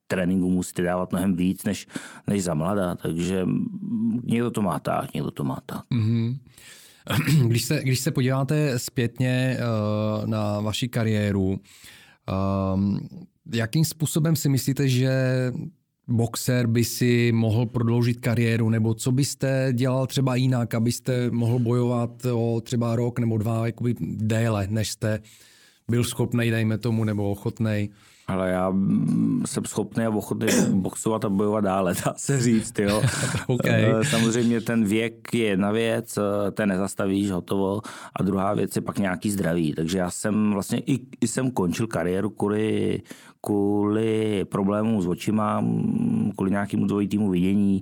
tréninku musíte dávat mnohem víc než, než za mladá, takže někdo to má tak, někdo to má tak.
Mm-hmm. Když se, když se podíváte zpětně uh, na vaši kariéru, um, jakým způsobem si myslíte, že boxer by si mohl prodloužit kariéru, nebo co byste dělal třeba jinak, abyste mohl bojovat o třeba rok nebo dva jakoby déle, než jste byl schopnej, dejme tomu, nebo ochotnej?
Ale já jsem schopný a ochotný boxovat a bojovat dále, dá se říct. Jo.
Okay.
Samozřejmě ten věk je jedna věc, ten nezastavíš, hotovo. A druhá věc je pak nějaký zdraví. Takže já jsem vlastně i, i jsem končil kariéru kvůli, kvůli problémům s očima, kvůli nějakému dvojitému vidění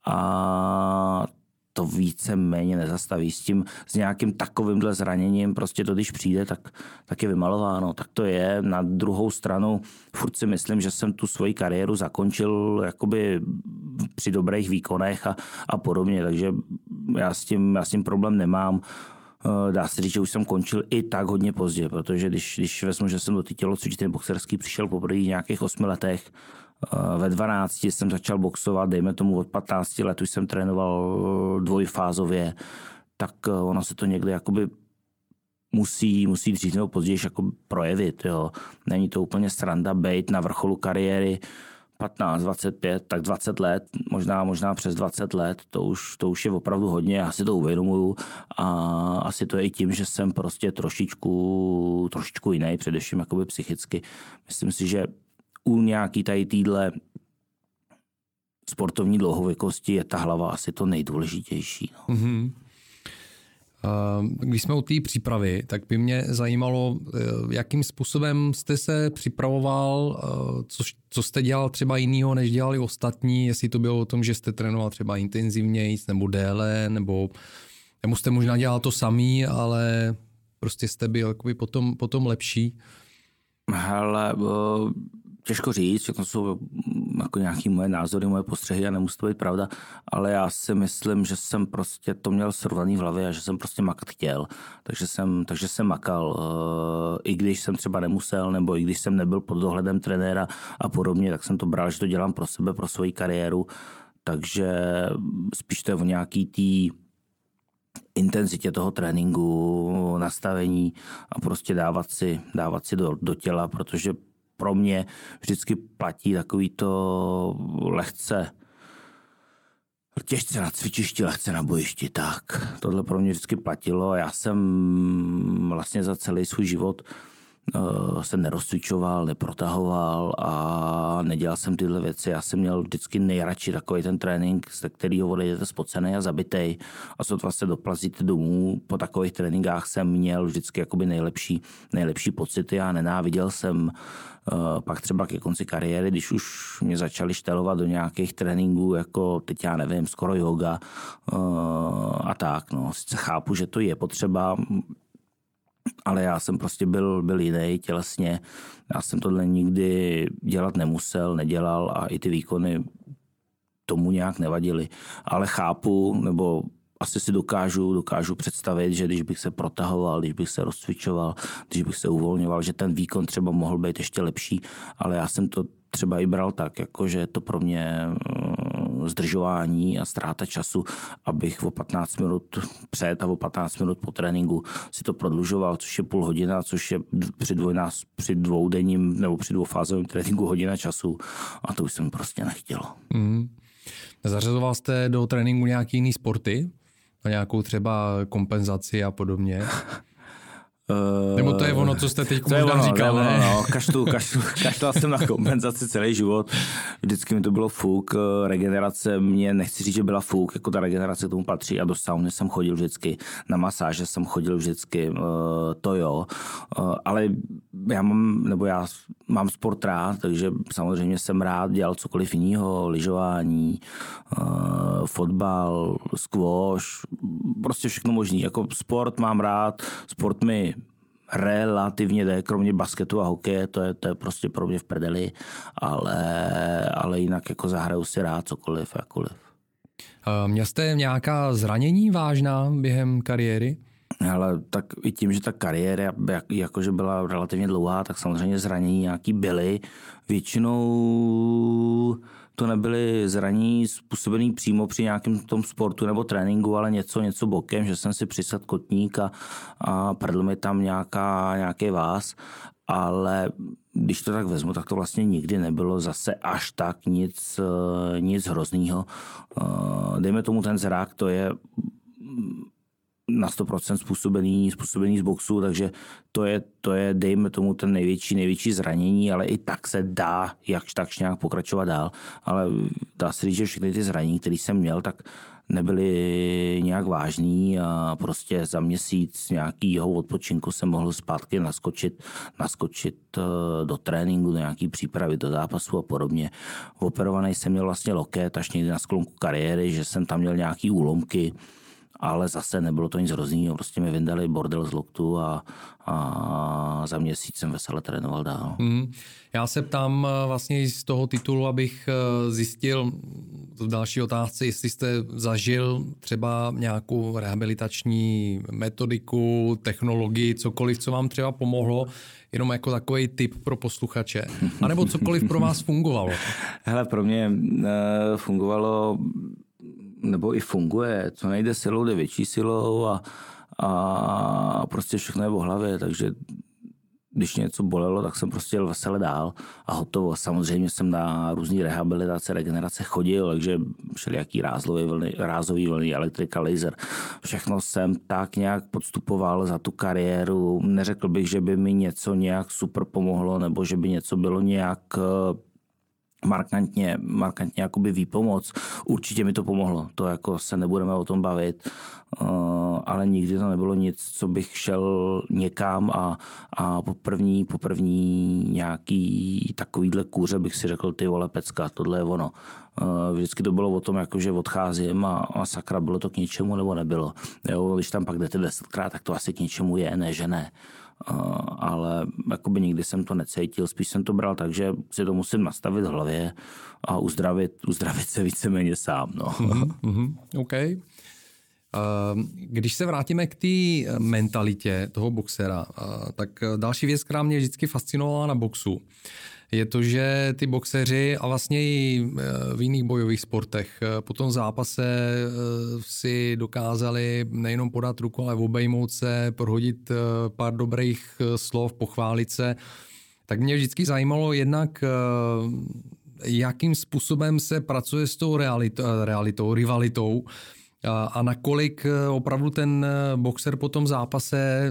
a to více méně nezastaví. S tím, s nějakým takovýmhle zraněním, prostě to, když přijde, tak, tak je vymalováno. Tak to je. Na druhou stranu furt si myslím, že jsem tu svoji kariéru zakončil jakoby při dobrých výkonech a, a podobně, takže já s tím, já s tím problém nemám. Dá se říct, že už jsem končil i tak hodně pozdě, protože když, když vezmu, že jsem do té tělocvičny boxerský přišel poprvé v nějakých osmi letech, ve dvanácti jsem začal boxovat, dejme tomu od patnácti let, už jsem trénoval dvojfázově, tak ono se to někde jakoby musí, musí dřív nebo později jako projevit. Jo. Není to úplně sranda bejt na vrcholu kariéry patnáct, dvacet pět, tak dvacet let, možná, možná přes dvacet let, to už, to už je opravdu hodně, já si to uvědomuju a asi to je i tím, že jsem prostě trošičku, trošičku jiný, především jakoby psychicky. Myslím si, že u nějaký tady týhle sportovní dlouhověkosti je ta hlava asi to nejdůležitější. No. Mm-hmm.
Když jsme u té přípravy, tak by mě zajímalo, jakým způsobem jste se připravoval, co, co jste dělal třeba jinýho, než dělali ostatní, jestli to bylo o tom, že jste trénoval třeba intenzivněji nebo déle, nebo, nebo jste možná dělal to samý, ale prostě jste byl jakoby potom, potom lepší.
Hele, těžko říct, všechno jsou jako nějaké moje názory, moje postřehy a nemusí to být pravda, ale já si myslím, že jsem prostě to měl srovnaný v hlavě a že jsem prostě makat chtěl. Takže jsem, takže jsem makal, i když jsem třeba nemusel, nebo i když jsem nebyl pod dohledem trenéra a podobně, tak jsem to bral, že to dělám pro sebe, pro svoji kariéru, takže spíš to je o nějaký tý intenzitě toho tréninku, nastavení a prostě dávat si, dávat si do, do těla, protože pro mě vždycky platí takový to lehce, těžce na cvičišti, lehce na bojišti, tak. Tohle pro mě vždycky platilo. Já jsem vlastně za celý svůj život uh, se nerozcvičoval, neprotahoval a nedělal jsem tyhle věci. Já jsem měl vždycky nejradši takový ten trénink, ze kterého odejdete spocený a zabitej a sotva se doplazíte domů. Po takových tréninkách jsem měl vždycky jakoby nejlepší, nejlepší pocity a nenáviděl jsem Uh, pak třeba ke konci kariéry, když už mě začali štelovat do nějakých tréninků, jako teď já nevím, skoro yoga uh, a tak. No. Sice chápu, že to je potřeba, ale já jsem prostě byl, byl jiný tělesně. Já jsem tohle nikdy dělat nemusel, nedělal a i ty výkony tomu nějak nevadily. Ale chápu, nebo asi si dokážu, dokážu představit, že když bych se protahoval, když bych se rozcvičoval, když bych se uvolňoval, že ten výkon třeba mohl být ještě lepší, ale já jsem to třeba i bral tak, jako že je to pro mě zdržování a ztráta času, abych o patnáct minut před a o patnáct minut po tréninku si to prodlužoval, což je půl hodina, což je při, dvojnás, při dvoudenním nebo při dvoufázovém tréninku hodina času a to už jsem prostě nechtěl.
Mm. Zařazoval jste do tréninku nějaký jiný sporty? A nějakou třeba kompenzaci a podobně? Nebo to je ono, co jste teď možná ono, říkal, ne?
ne? No, kašlu, kašlu, kašlal jsem na kompenzaci celý život. Vždycky mi to bylo fuk. Regenerace mě, nechci říct, že byla fuk, jako ta regenerace k tomu patří a do sauny jsem chodil vždycky, na masáže jsem chodil vždycky, to jo. Ale já mám, nebo já mám sport rád, takže samozřejmě jsem rád dělal cokoliv jiného, lyžování, fotbal, squash, prostě všechno možný. Jako sport mám rád, sport mi relativně jde, kromě basketu a hokeje, to je, to je prostě pro mě v prdeli, ale, ale jinak jako zahraju si rád cokoliv, jakkoliv.
Měl jste nějaká zranění vážná během kariéry?
Ale tak i tím, že ta kariéra jak, jakože byla relativně dlouhá, tak samozřejmě zranění nějaký byly. Většinou to nebyly zranění způsobené přímo při nějakém tom sportu nebo tréninku, ale něco, něco bokem, že jsem si přisadl kotník a, a prdl mi tam nějaká, nějaký váz. Ale když to tak vezmu, tak to vlastně nikdy nebylo zase až tak nic, nic hroznýho. Dejme tomu ten zrák, to je na sto procent způsobený, způsobený z boxu, takže to je, to je, dejme tomu, ten největší, největší zranění, ale i tak se dá jakž takž nějak pokračovat dál. Ale dá se říct, že všechny ty zranění, které jsem měl, tak nebyly nějak vážný a prostě za měsíc nějakýho odpočinku jsem mohl zpátky naskočit, naskočit do tréninku, do nějaký přípravy, do zápasu a podobně. Operovaný jsem měl vlastně loket až někdy na sklonku kariéry, že jsem tam měl nějaký úlomky, ale zase nebylo to nic hroznýho, prostě mi vyndali bordel z loktu a, a za měsíc jsem vesele trénoval dál.
Hmm. Já se ptám vlastně z toho titulu, abych zjistil v další otázce, jestli jste zažil třeba nějakou rehabilitační metodiku, technologii, cokoliv, co vám třeba pomohlo, jenom jako takový tip pro posluchače, anebo cokoliv pro vás fungovalo.
Hele, pro mě fungovalo nebo i funguje, co nejde silou, jde větší silou a, a prostě všechno je o hlavě, takže když něco bolelo, tak jsem prostě jel vesele dál a hotovo. Samozřejmě jsem na různý rehabilitace, regenerace chodil, takže všelijaký rázové vlny, rázový vlny, elektrika, laser. Všechno jsem tak nějak podstupoval za tu kariéru. Neřekl bych, že by mi něco nějak super pomohlo, nebo že by něco bylo nějak markantně, markantně jakoby výpomoc. Určitě mi to pomohlo, to jako se nebudeme o tom bavit, ale nikdy to nebylo nic, co bych šel někam a, a po první, po první nějaký takovýhle kůře bych si řekl, ty vole pecka, tohle je ono. Vždycky to bylo o tom, jako, že odcházím a, a sakra, bylo to k něčemu nebo nebylo. Jo, když tam pak jdete desetkrát, tak to asi k něčemu je, ne, že ne. Uh, ale jakoby nikdy jsem to necítil, spíš jsem to bral tak, že si to musím nastavit v hlavě a uzdravit, uzdravit se víceméně sám. No.
Mm-hmm, OK. Uh, když se vrátíme k té mentalitě toho boxera, uh, tak další věc, která mě vždycky fascinovala na boxu, je to, že ty boxeři a vlastně i v jiných bojových sportech po tom zápase si dokázali nejenom podat ruku, ale obejmout se, prohodit pár dobrých slov, pochválit se. Tak mě vždycky zajímalo jednak, jakým způsobem se pracuje s tou realitou, realitou rivalitou, a nakolik opravdu ten boxer po tom zápase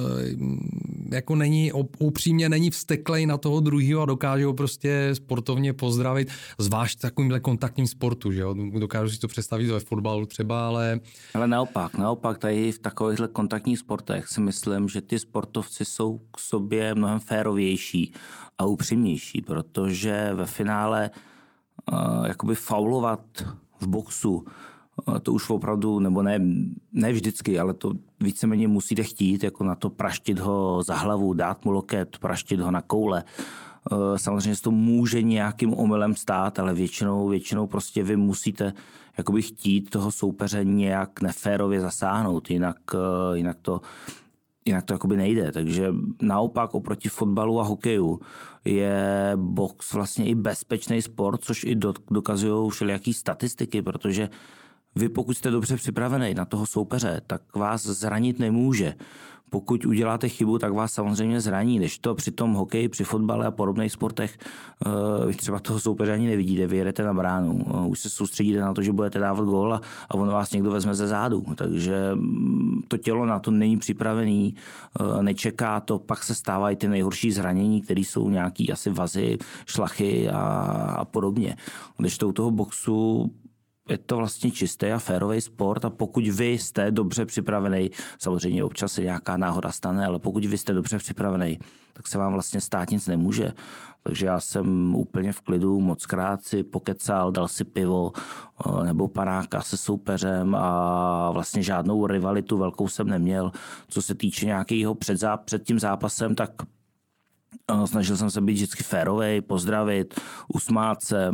jako není, upřímně není vzteklej na toho druhýho a dokáže ho prostě sportovně pozdravit, zvlášť takovýmhle kontaktním sportu, že jo? Dokážu si to představit ve fotbalu třeba, ale... Ale
naopak, naopak tady v takovýchhle kontaktních sportech si myslím, že ty sportovci jsou k sobě mnohem férovější a upřímnější, protože ve finále uh, jakoby faulovat v boxu to už opravdu, nebo ne, ne vždycky, ale to víceméně musíte chtít, jako na to praštit ho za hlavu, dát mu loket, praštit ho na koule. Samozřejmě se to může nějakým omylem stát, ale většinou, většinou prostě vy musíte jakoby chtít toho soupeře nějak neférově zasáhnout, jinak, jinak to Jinak to jakoby nejde, takže naopak oproti fotbalu a hokeju je box vlastně i bezpečný sport, což i dokazují všelijaký statistiky, protože vy pokud jste dobře připravený na toho soupeře, tak vás zranit nemůže. Pokud uděláte chybu, tak vás samozřejmě zraní, než to při tom hokeji, při fotbale a podobných sportech vy třeba toho soupeře ani nevidíte, vy jedete na bránu, už se soustředíte na to, že budete dávat gól a on vás někdo vezme ze zádu, takže to tělo na to není připravený, nečeká to, pak se stávají ty nejhorší zranění, které jsou nějaký asi vazy, šlachy a, a podobně. Když to u toho boxu je to vlastně čistý a férový sport a pokud vy jste dobře připravený, samozřejmě občas se nějaká náhoda stane, ale pokud vy jste dobře připravený, tak se vám vlastně stát nic nemůže. Takže já jsem úplně v klidu, mockrát si pokecal, dal si pivo nebo panáka se soupeřem a vlastně žádnou rivalitu velkou jsem neměl. Co se týče nějakého před, záp- před tím zápasem, tak Snažil jsem se být vždycky férovej, pozdravit, usmát se,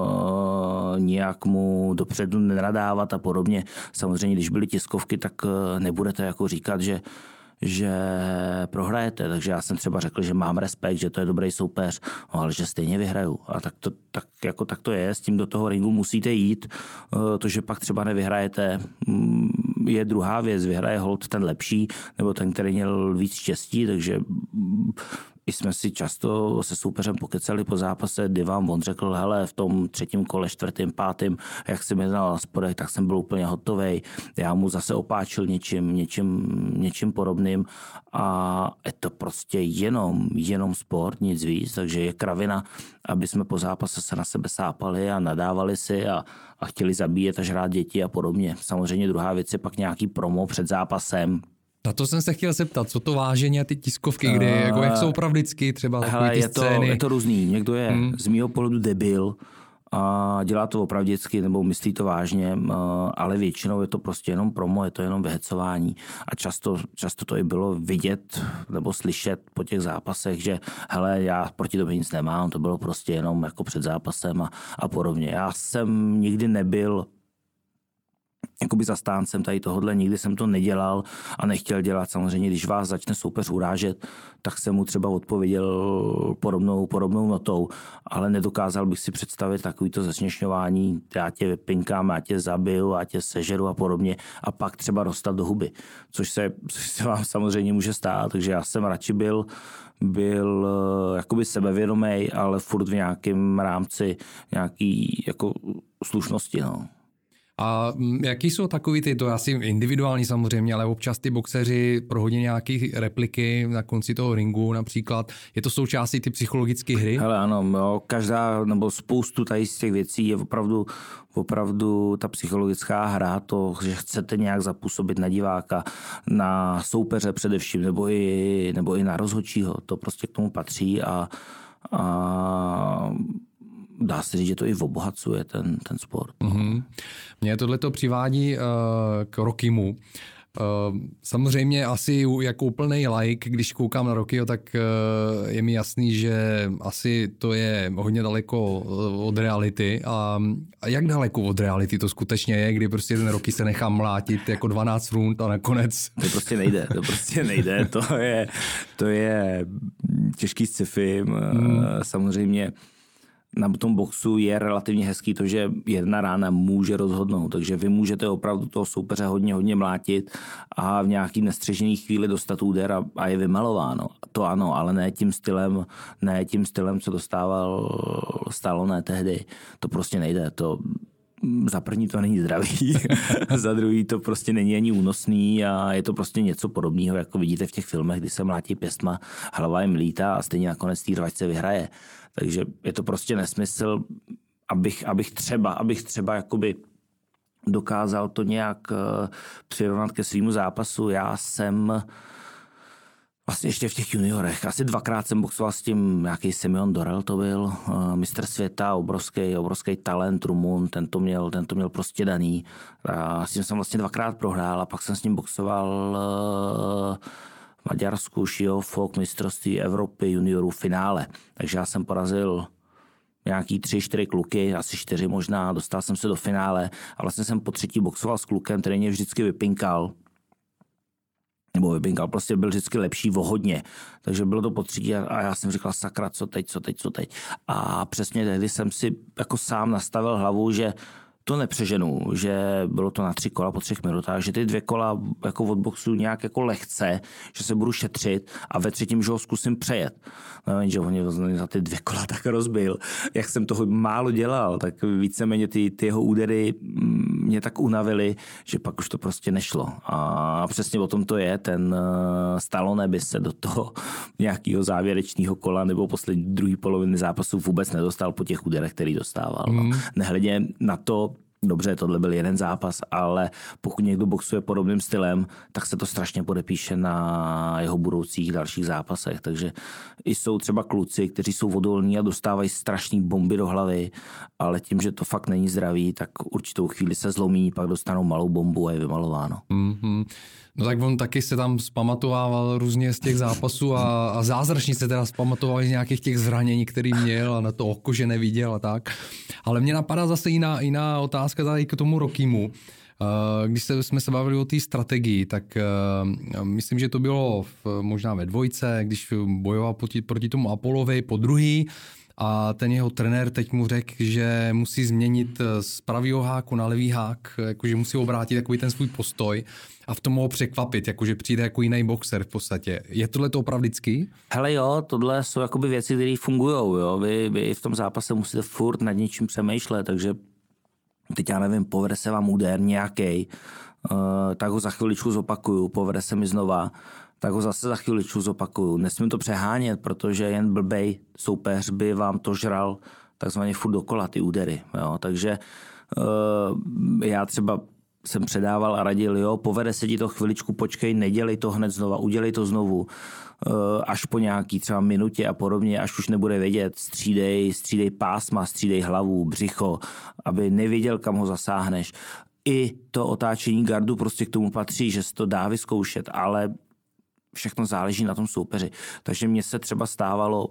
nijak mu dopředu nenadávat a podobně. Samozřejmě, když byly tiskovky, tak nebudete jako říkat, že že prohrajete, takže já jsem třeba řekl, že mám respekt, že to je dobrý soupeř, no, ale že stejně vyhraju. A tak to, tak, jako, tak to je, s tím do toho ringu musíte jít. To, že pak třeba nevyhrajete, je druhá věc, vyhraje holt ten lepší, nebo ten, který měl víc štěstí, takže i jsme si často se soupeřem pokecali po zápase, kdy vám on řekl, hele, v tom třetím kole, čtvrtým, pátým, jak jsem jednal na spodech, tak jsem byl úplně hotovej. Já mu zase opáčil něčím, něčím, něčím podobným a je to prostě jenom, jenom sport, nic víc, takže je kravina, aby jsme po zápase se na sebe sápali a nadávali si a, a chtěli zabíjet a žrát děti a podobně. Samozřejmě druhá věc je pak nějaký promo před zápasem.
Na to jsem se chtěl zeptat, co to vážení a ty tiskovky, kdy, uh, jako jak jsou pravdicky třeba takové ty
je to,
scény.
Je to různý, někdo je hmm. z mýho pohledu debil a dělá to opravdicky nebo myslí to vážně, ale většinou je to prostě jenom promo, je to jenom vyhecování a často, často to i bylo vidět nebo slyšet po těch zápasech, že hele, já proti tomu nic nemám, to bylo prostě jenom jako před zápasem a, a podobně. Já jsem nikdy nebyl jakoby zastáncem tady tohodle, nikdy jsem to nedělal a nechtěl dělat. Samozřejmě, když vás začne soupeř urážet, tak jsem mu třeba odpověděl podobnou, podobnou notou, ale nedokázal bych si představit takovýto zesměšňování, já tě vypinkám, já tě zabiju, já tě sežeru a podobně a pak třeba dostat do huby, což se, což se vám samozřejmě může stát, takže já jsem radši byl byl jakoby sebevědomý, ale furt v nějakém rámci nějaký jako slušnosti, no.
A jaký jsou takový ty, to asi individuální samozřejmě, ale občas ty boxeři prohodí nějaké repliky na konci toho ringu například. Je to součástí ty psychologické hry?
Hele ano, jo, každá nebo spoustu tady z těch věcí je opravdu, opravdu ta psychologická hra, to, že chcete nějak zapůsobit na diváka, na soupeře především, nebo i, nebo i na rozhodčího. To prostě k tomu patří a, a dá se říct, že to i obohacuje ten, ten sport.
Mm-hmm. Mě tohleto přivádí uh, k Rockymu. Uh, samozřejmě asi jako úplnej like, když koukám na Rockyho, tak uh, je mi jasný, že asi to je hodně daleko od reality. A, a jak daleko od reality to skutečně je, kdy prostě ten Rocky se nechá mlátit jako dvanáct rund a nakonec...
To prostě nejde, to prostě nejde. To je, to je těžký sci-fi. Mm. Samozřejmě na tom boxu je relativně hezký to, že jedna rána může rozhodnout, takže vy můžete opravdu toho soupeře hodně, hodně mlátit a v nějaký nestřežený chvíli dostat úder a, a je vymalováno. To ano, ale ne tím stylem, ne tím stylem, co dostával Stallone tehdy. To prostě nejde, to za první to není zdravý, za druhý to prostě není ani únosný a je to prostě něco podobného, jako vidíte v těch filmech, kdy se mlátí pěstma, hlava jim lítá a stejně nakonec tý rvačce vyhraje. Takže je to prostě nesmysl, abych, abych třeba, abych třeba jakoby dokázal to nějak uh, přirovnat ke svýmu zápasu. Já jsem vlastně ještě v těch juniorech, asi dvakrát jsem boxoval s tím, nějaký Simeon Dorel to byl, uh, mistr světa, obrovský, obrovský talent, Rumun, ten to měl, ten to měl prostě daný. A s tím jsem vlastně dvakrát prohrál a pak jsem s ním boxoval uh, v Maďarsku, Šiofok, mistrovství Evropy, juniorů, finále. Takže já jsem porazil nějaký tři, čtyři kluky, asi čtyři možná, dostal jsem se do finále a vlastně jsem po třetí boxoval s klukem, který mě vždycky vypinkal. Nebo vypinkal, prostě byl vždycky lepší o hodně. Takže bylo to po třetí a já jsem říkal, sakra, co teď, co teď, co teď. A přesně tehdy jsem si jako sám nastavil hlavu, že to nepřeženu, že bylo to na tři kola po třech minutách, že ty dvě kola jako od boxu nějak jako lehce, že se budu šetřit a ve třetím, že ho zkusím přejet. No, že on mě za ty dvě kola tak rozbil. Jak jsem toho málo dělal, tak víceméně ty, ty jeho údery mě tak unavily, že pak už to prostě nešlo. A přesně o tom to je, ten Stallone by se do toho nějakého závěrečného kola nebo poslední druhé poloviny zápasu vůbec nedostal po těch úderech, který dostával. Mm. No. Nehledě na to, dobře, tohle byl jeden zápas, ale pokud někdo boxuje podobným stylem, tak se to strašně podepíše na jeho budoucích dalších zápasech. Takže i jsou třeba kluci, kteří jsou odolní a dostávají strašný bomby do hlavy, ale tím, že to fakt není zdravý, tak určitou chvíli se zlomí, pak dostanou malou bombu a je vymalováno.
Mm, hmm. No tak on taky se tam zpamatovával různě z těch zápasů a, a zázračně se teda zpamatoval z nějakých těch zranění, který měl a na to oko, že neviděl a tak. Ale mě napadá zase jiná, jiná otázka tady k tomu Rockymu. Když se, jsme se bavili o té strategii, tak uh, myslím, že to bylo v, možná ve dvojce, když bojoval proti, proti tomu Apollovi po druhý a ten jeho trenér teď mu řekl, že musí změnit z pravýho háku na levý hák, jakože musí obrátit takový ten svůj postoj a v tom ho překvapit, jakože přijde jako jiný boxer v podstatě. Je tohle to opravdický?
Hele jo, tohle jsou jakoby věci, které fungujou, jo. Vy, vy v tom zápase musíte furt nad něčím přemýšlet, takže teď já nevím, povede se vám úder nějaký, uh, tak ho za chviličku zopakuju, povede se mi znova, tak ho zase za chviličku zopakuju. Nesmím to přehánět, protože jen blbej soupeř by vám to žral takzvaně furt dokola ty údery. Jo. Takže uh, já třeba jsem předával a radil, jo, povede se ti to chviličku, počkej, nedělej to hned znova, udělej to znovu, až po nějaký třeba minutě a podobně, až už nebude vědět, střídej, střídej pásma, střídej hlavu, břicho, aby nevěděl, kam ho zasáhneš. I to otáčení gardu prostě k tomu patří, že se to dá vyzkoušet, ale všechno záleží na tom soupeři. Takže mně se třeba stávalo,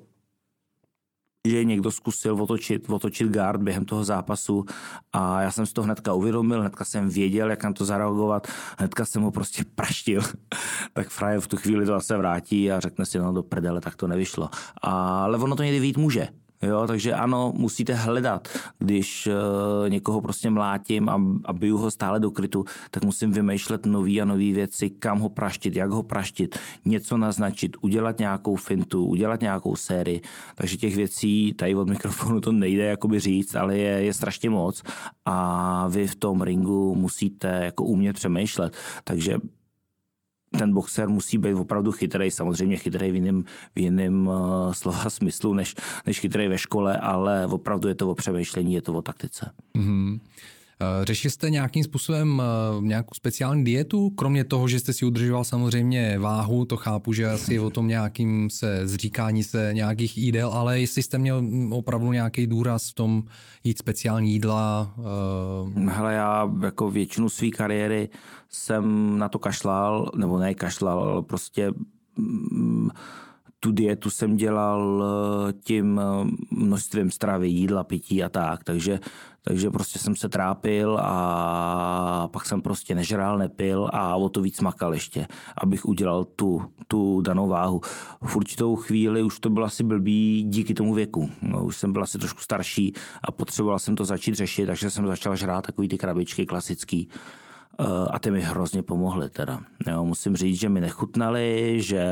že někdo zkusil otočit, otočit guard během toho zápasu a já jsem si to hnedka uvědomil, hnedka jsem věděl, jak na to zareagovat, hnedka jsem ho prostě praštil. Tak frajer v tu chvíli to zase vrátí a řekne si, no do prdele, tak to nevyšlo. Ale ono to někdy vyjít může. Jo, takže ano, musíte hledat, když uh, někoho prostě mlátím a, a biju ho stále do krytu, tak musím vymýšlet nový a nový věci, kam ho praštit, jak ho praštit, něco naznačit, udělat nějakou fintu, udělat nějakou sérii. Takže těch věcí tady od mikrofonu to nejde jakoby říct, ale je, je strašně moc a vy v tom ringu musíte jako umět přemýšlet. Takže ten boxer musí být opravdu chytrý, samozřejmě chytrý v jiném, v jiném uh, slova smyslu, než, než chytrý ve škole, ale opravdu je to o přemýšlení, je to o taktice.
Mm-hmm. Řešil jste nějakým způsobem nějakou speciální dietu? Kromě toho, že jste si udržoval samozřejmě váhu, to chápu, že asi o tom nějakým se zříkání se nějakých jídel, ale jestli jste měl opravdu nějaký důraz v tom jít speciální jídla? Uh...
Hele, já jako většinu své kariéry jsem na to kašlal, nebo ne kašlal, ale prostě mm, tu dietu jsem dělal tím množstvím stravy, jídla, pití a tak, takže, takže prostě jsem se trápil a pak jsem prostě nežral, nepil a o to víc makal ještě, abych udělal tu, tu danou váhu. V určitou chvíli už to bylo asi blbý díky tomu věku. No, už jsem byl asi trošku starší a potřeboval jsem to začít řešit, takže jsem začal žrát takový ty krabičky klasický. A ty mi hrozně pomohly teda. Jo, musím říct, že mi nechutnaly, že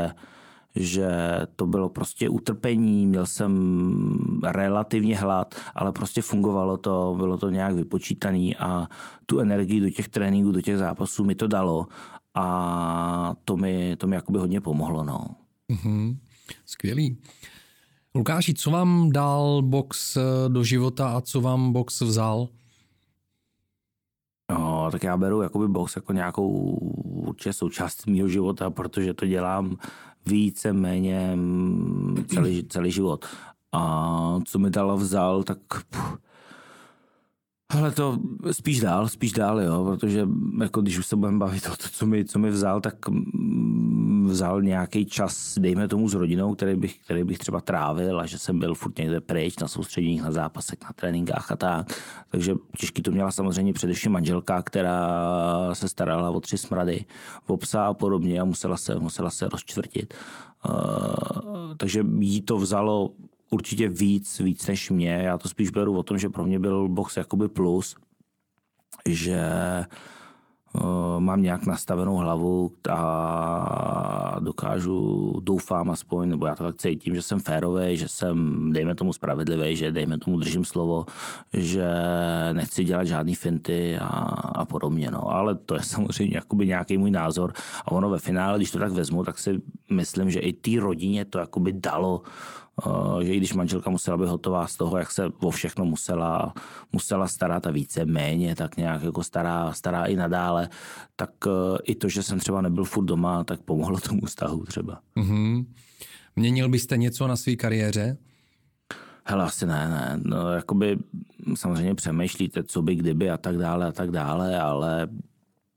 že to bylo prostě utrpení, měl jsem relativně hlad, ale prostě fungovalo to, bylo to nějak vypočítaný a tu energii do těch tréninků, do těch zápasů mi to dalo a to mi, to mi jakoby hodně pomohlo. No.
Mm-hmm. Skvělý. Lukáši, co vám dal box do života a co vám box vzal?
No, tak já beru jakoby box jako nějakou určitě součást mýho života, protože to dělám více méně celý, celý život. A co mi dal vzal, tak puh, ale to spíš dál, spíš dál, jo, protože jako když už se budeme bavit o to, co mi, co mi vzal, tak vzal nějaký čas, dejme tomu s rodinou, který bych, který bych třeba trávil a že jsem byl furt někde pryč na soustředěních, na zápasech, na tréninkách a tak. Takže těžký to měla samozřejmě především manželka, která se starala o tři smrady, o psa a podobně a musela se, musela se rozčtvrtit. Uh, takže jí to vzalo určitě víc, víc než mě. Já to spíš beru o tom, že pro mě byl box jakoby plus, že uh, mám nějak nastavenou hlavu a dokážu, doufám aspoň, nebo já to tak cítím, že jsem férovej, že jsem, dejme tomu spravedlivý, že dejme tomu držím slovo, že nechci dělat žádný finty a, a podobně. No. Ale to je samozřejmě jakoby nějaký můj názor a ono ve finále, když to tak vezmu, tak si myslím, že i té rodině to jakoby dalo, že i když manželka musela být hotová z toho, jak se o všechno musela, musela starat a více méně, tak nějak jako stará, stará i nadále, tak i to, že jsem třeba nebyl furt doma, tak pomohlo tomu vztahu třeba.
Mm-hmm. Měnil byste něco na své kariéře?
Hele, asi ne, ne. No, jakoby samozřejmě přemýšlíte, co by, kdyby a tak dále a tak dále, ale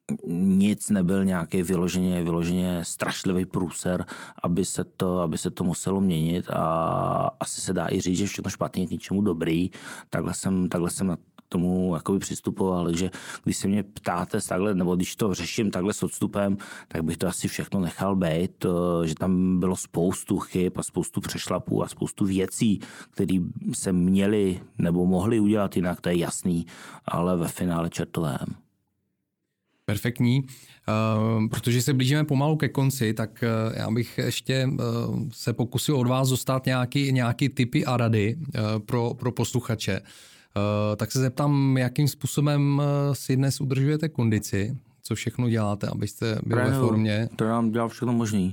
nic nebyl nějaký vyloženě, vyloženě strašlivý průser, aby se, to, aby se to muselo měnit a asi se dá i říct, že všechno špatně je k ničemu dobrý. Takhle jsem, takhle jsem na tomu jakoby přistupoval, takže když se mě ptáte takhle, nebo když to řeším takhle s odstupem, tak bych to asi všechno nechal být, že tam bylo spoustu chyb a spoustu přešlapů a spoustu věcí, které se měly nebo mohly udělat jinak, to je jasný, ale ve finále čertovém.
Perfektní. Uh, protože se blížíme pomalu ke konci, tak uh, já bych ještě uh, se pokusil od vás dostat nějaký, nějaký tipy a rady uh, pro, pro posluchače. Uh, tak se zeptám, jakým způsobem uh, si dnes udržujete kondici? Co všechno děláte, abyste byli ve formě?
To nám dělám všechno možný.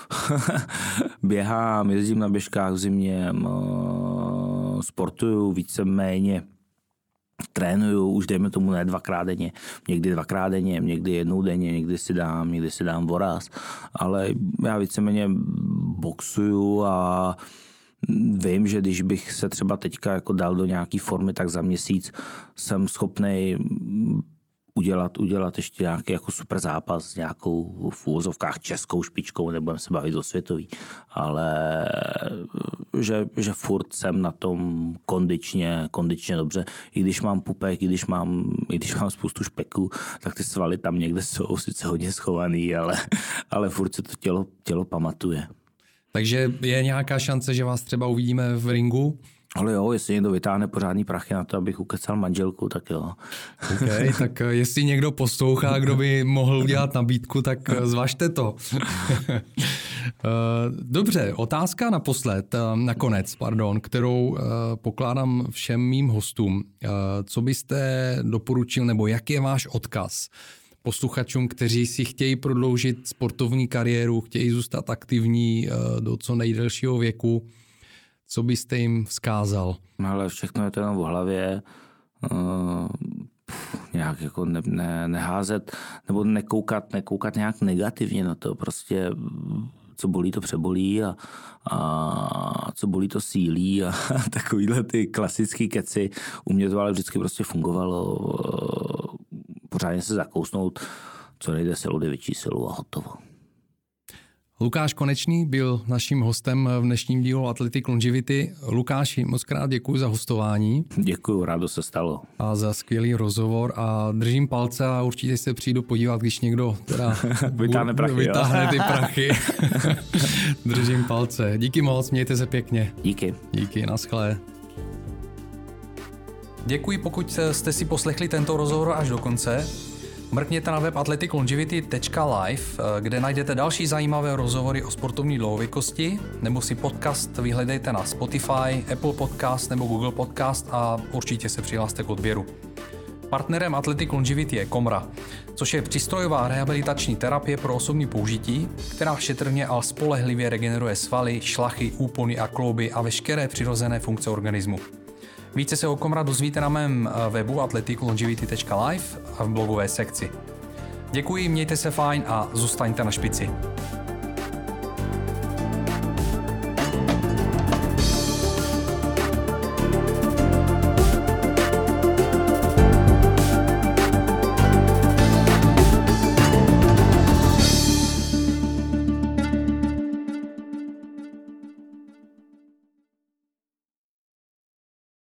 Běhám, jezdím na běžkách v zimě, uh, sportuju víceméně, trénuju, už dejme tomu ne dvakrát denně, někdy dvakrát denně, někdy jednou denně, někdy si dám, někdy si dám voraz, ale já víceméně boxuju a vím, že když bych se třeba teďka jako dal do nějaký formy, tak za měsíc jsem schopnej udělat, udělat ještě nějaký jako super zápas s nějakou v úvozovkách českou špičkou, nebudeme se bavit o světový, ale že, že furt jsem na tom kondičně, kondičně dobře. I když mám pupek, i když mám, i když mám spoustu špeku, tak ty svaly tam někde jsou sice hodně schovaný, ale, ale furt se to tělo, tělo pamatuje.
Takže je nějaká šance, že vás třeba uvidíme v ringu?
Ale jo, jestli někdo vytáhne pořádný prachy na to, abych ukecal manželku, tak jo.
Okay, tak jestli někdo poslouchá, kdo by mohl udělat nabídku, tak zvažte to. Dobře, otázka naposled, nakonec, pardon, kterou pokládám všem mým hostům. Co byste doporučil, nebo jaký je váš odkaz posluchačům, kteří si chtějí prodloužit sportovní kariéru, chtějí zůstat aktivní do co nejdelšího věku? Co byste jim vzkázal?
No ale všechno je to jenom v hlavě. Uh, nějak jako ne, ne, neházet, nebo nekoukat, nekoukat nějak negativně na to. Prostě co bolí, to přebolí a, a co bolí, to sílí a takovýhle ty klasický keci. U mě to ale vždycky prostě fungovalo. Pořádně se zakousnout, co nejde silou, jde větší silu a hotovo.
Lukáš Konečný byl naším hostem v dnešním dílu Athletic Longevity. Lukáši, moc krát děkuji za hostování.
Děkuji, rádo se stalo.
A za skvělý rozhovor a držím palce a určitě se přijdu podívat, když někdo teda
vytáhne prachy.
Vytáhne ty prachy. Držím palce. Díky moc, mějte se pěkně.
Díky.
Díky, naschle. Děkuji, pokud jste si poslechli tento rozhovor až do konce. Mrkněte na web athletic longevity tečka live, kde najdete další zajímavé rozhovory o sportovní dlouhověkosti, nebo si podcast vyhledejte na Spotify, Apple Podcast nebo Google Podcast a určitě se přihlaste k odběru. Partnerem Athletic Longevity je Komra, což je přístrojová rehabilitační terapie pro osobní použití, která šetrně a spolehlivě regeneruje svaly, šlachy, úpony a klouby a veškeré přirozené funkce organismu. Více se o Komra dozvíte na mém webu athletic longevity tečka live a v blogové sekci. Děkuji, mějte se fajn a zůstaňte na špici.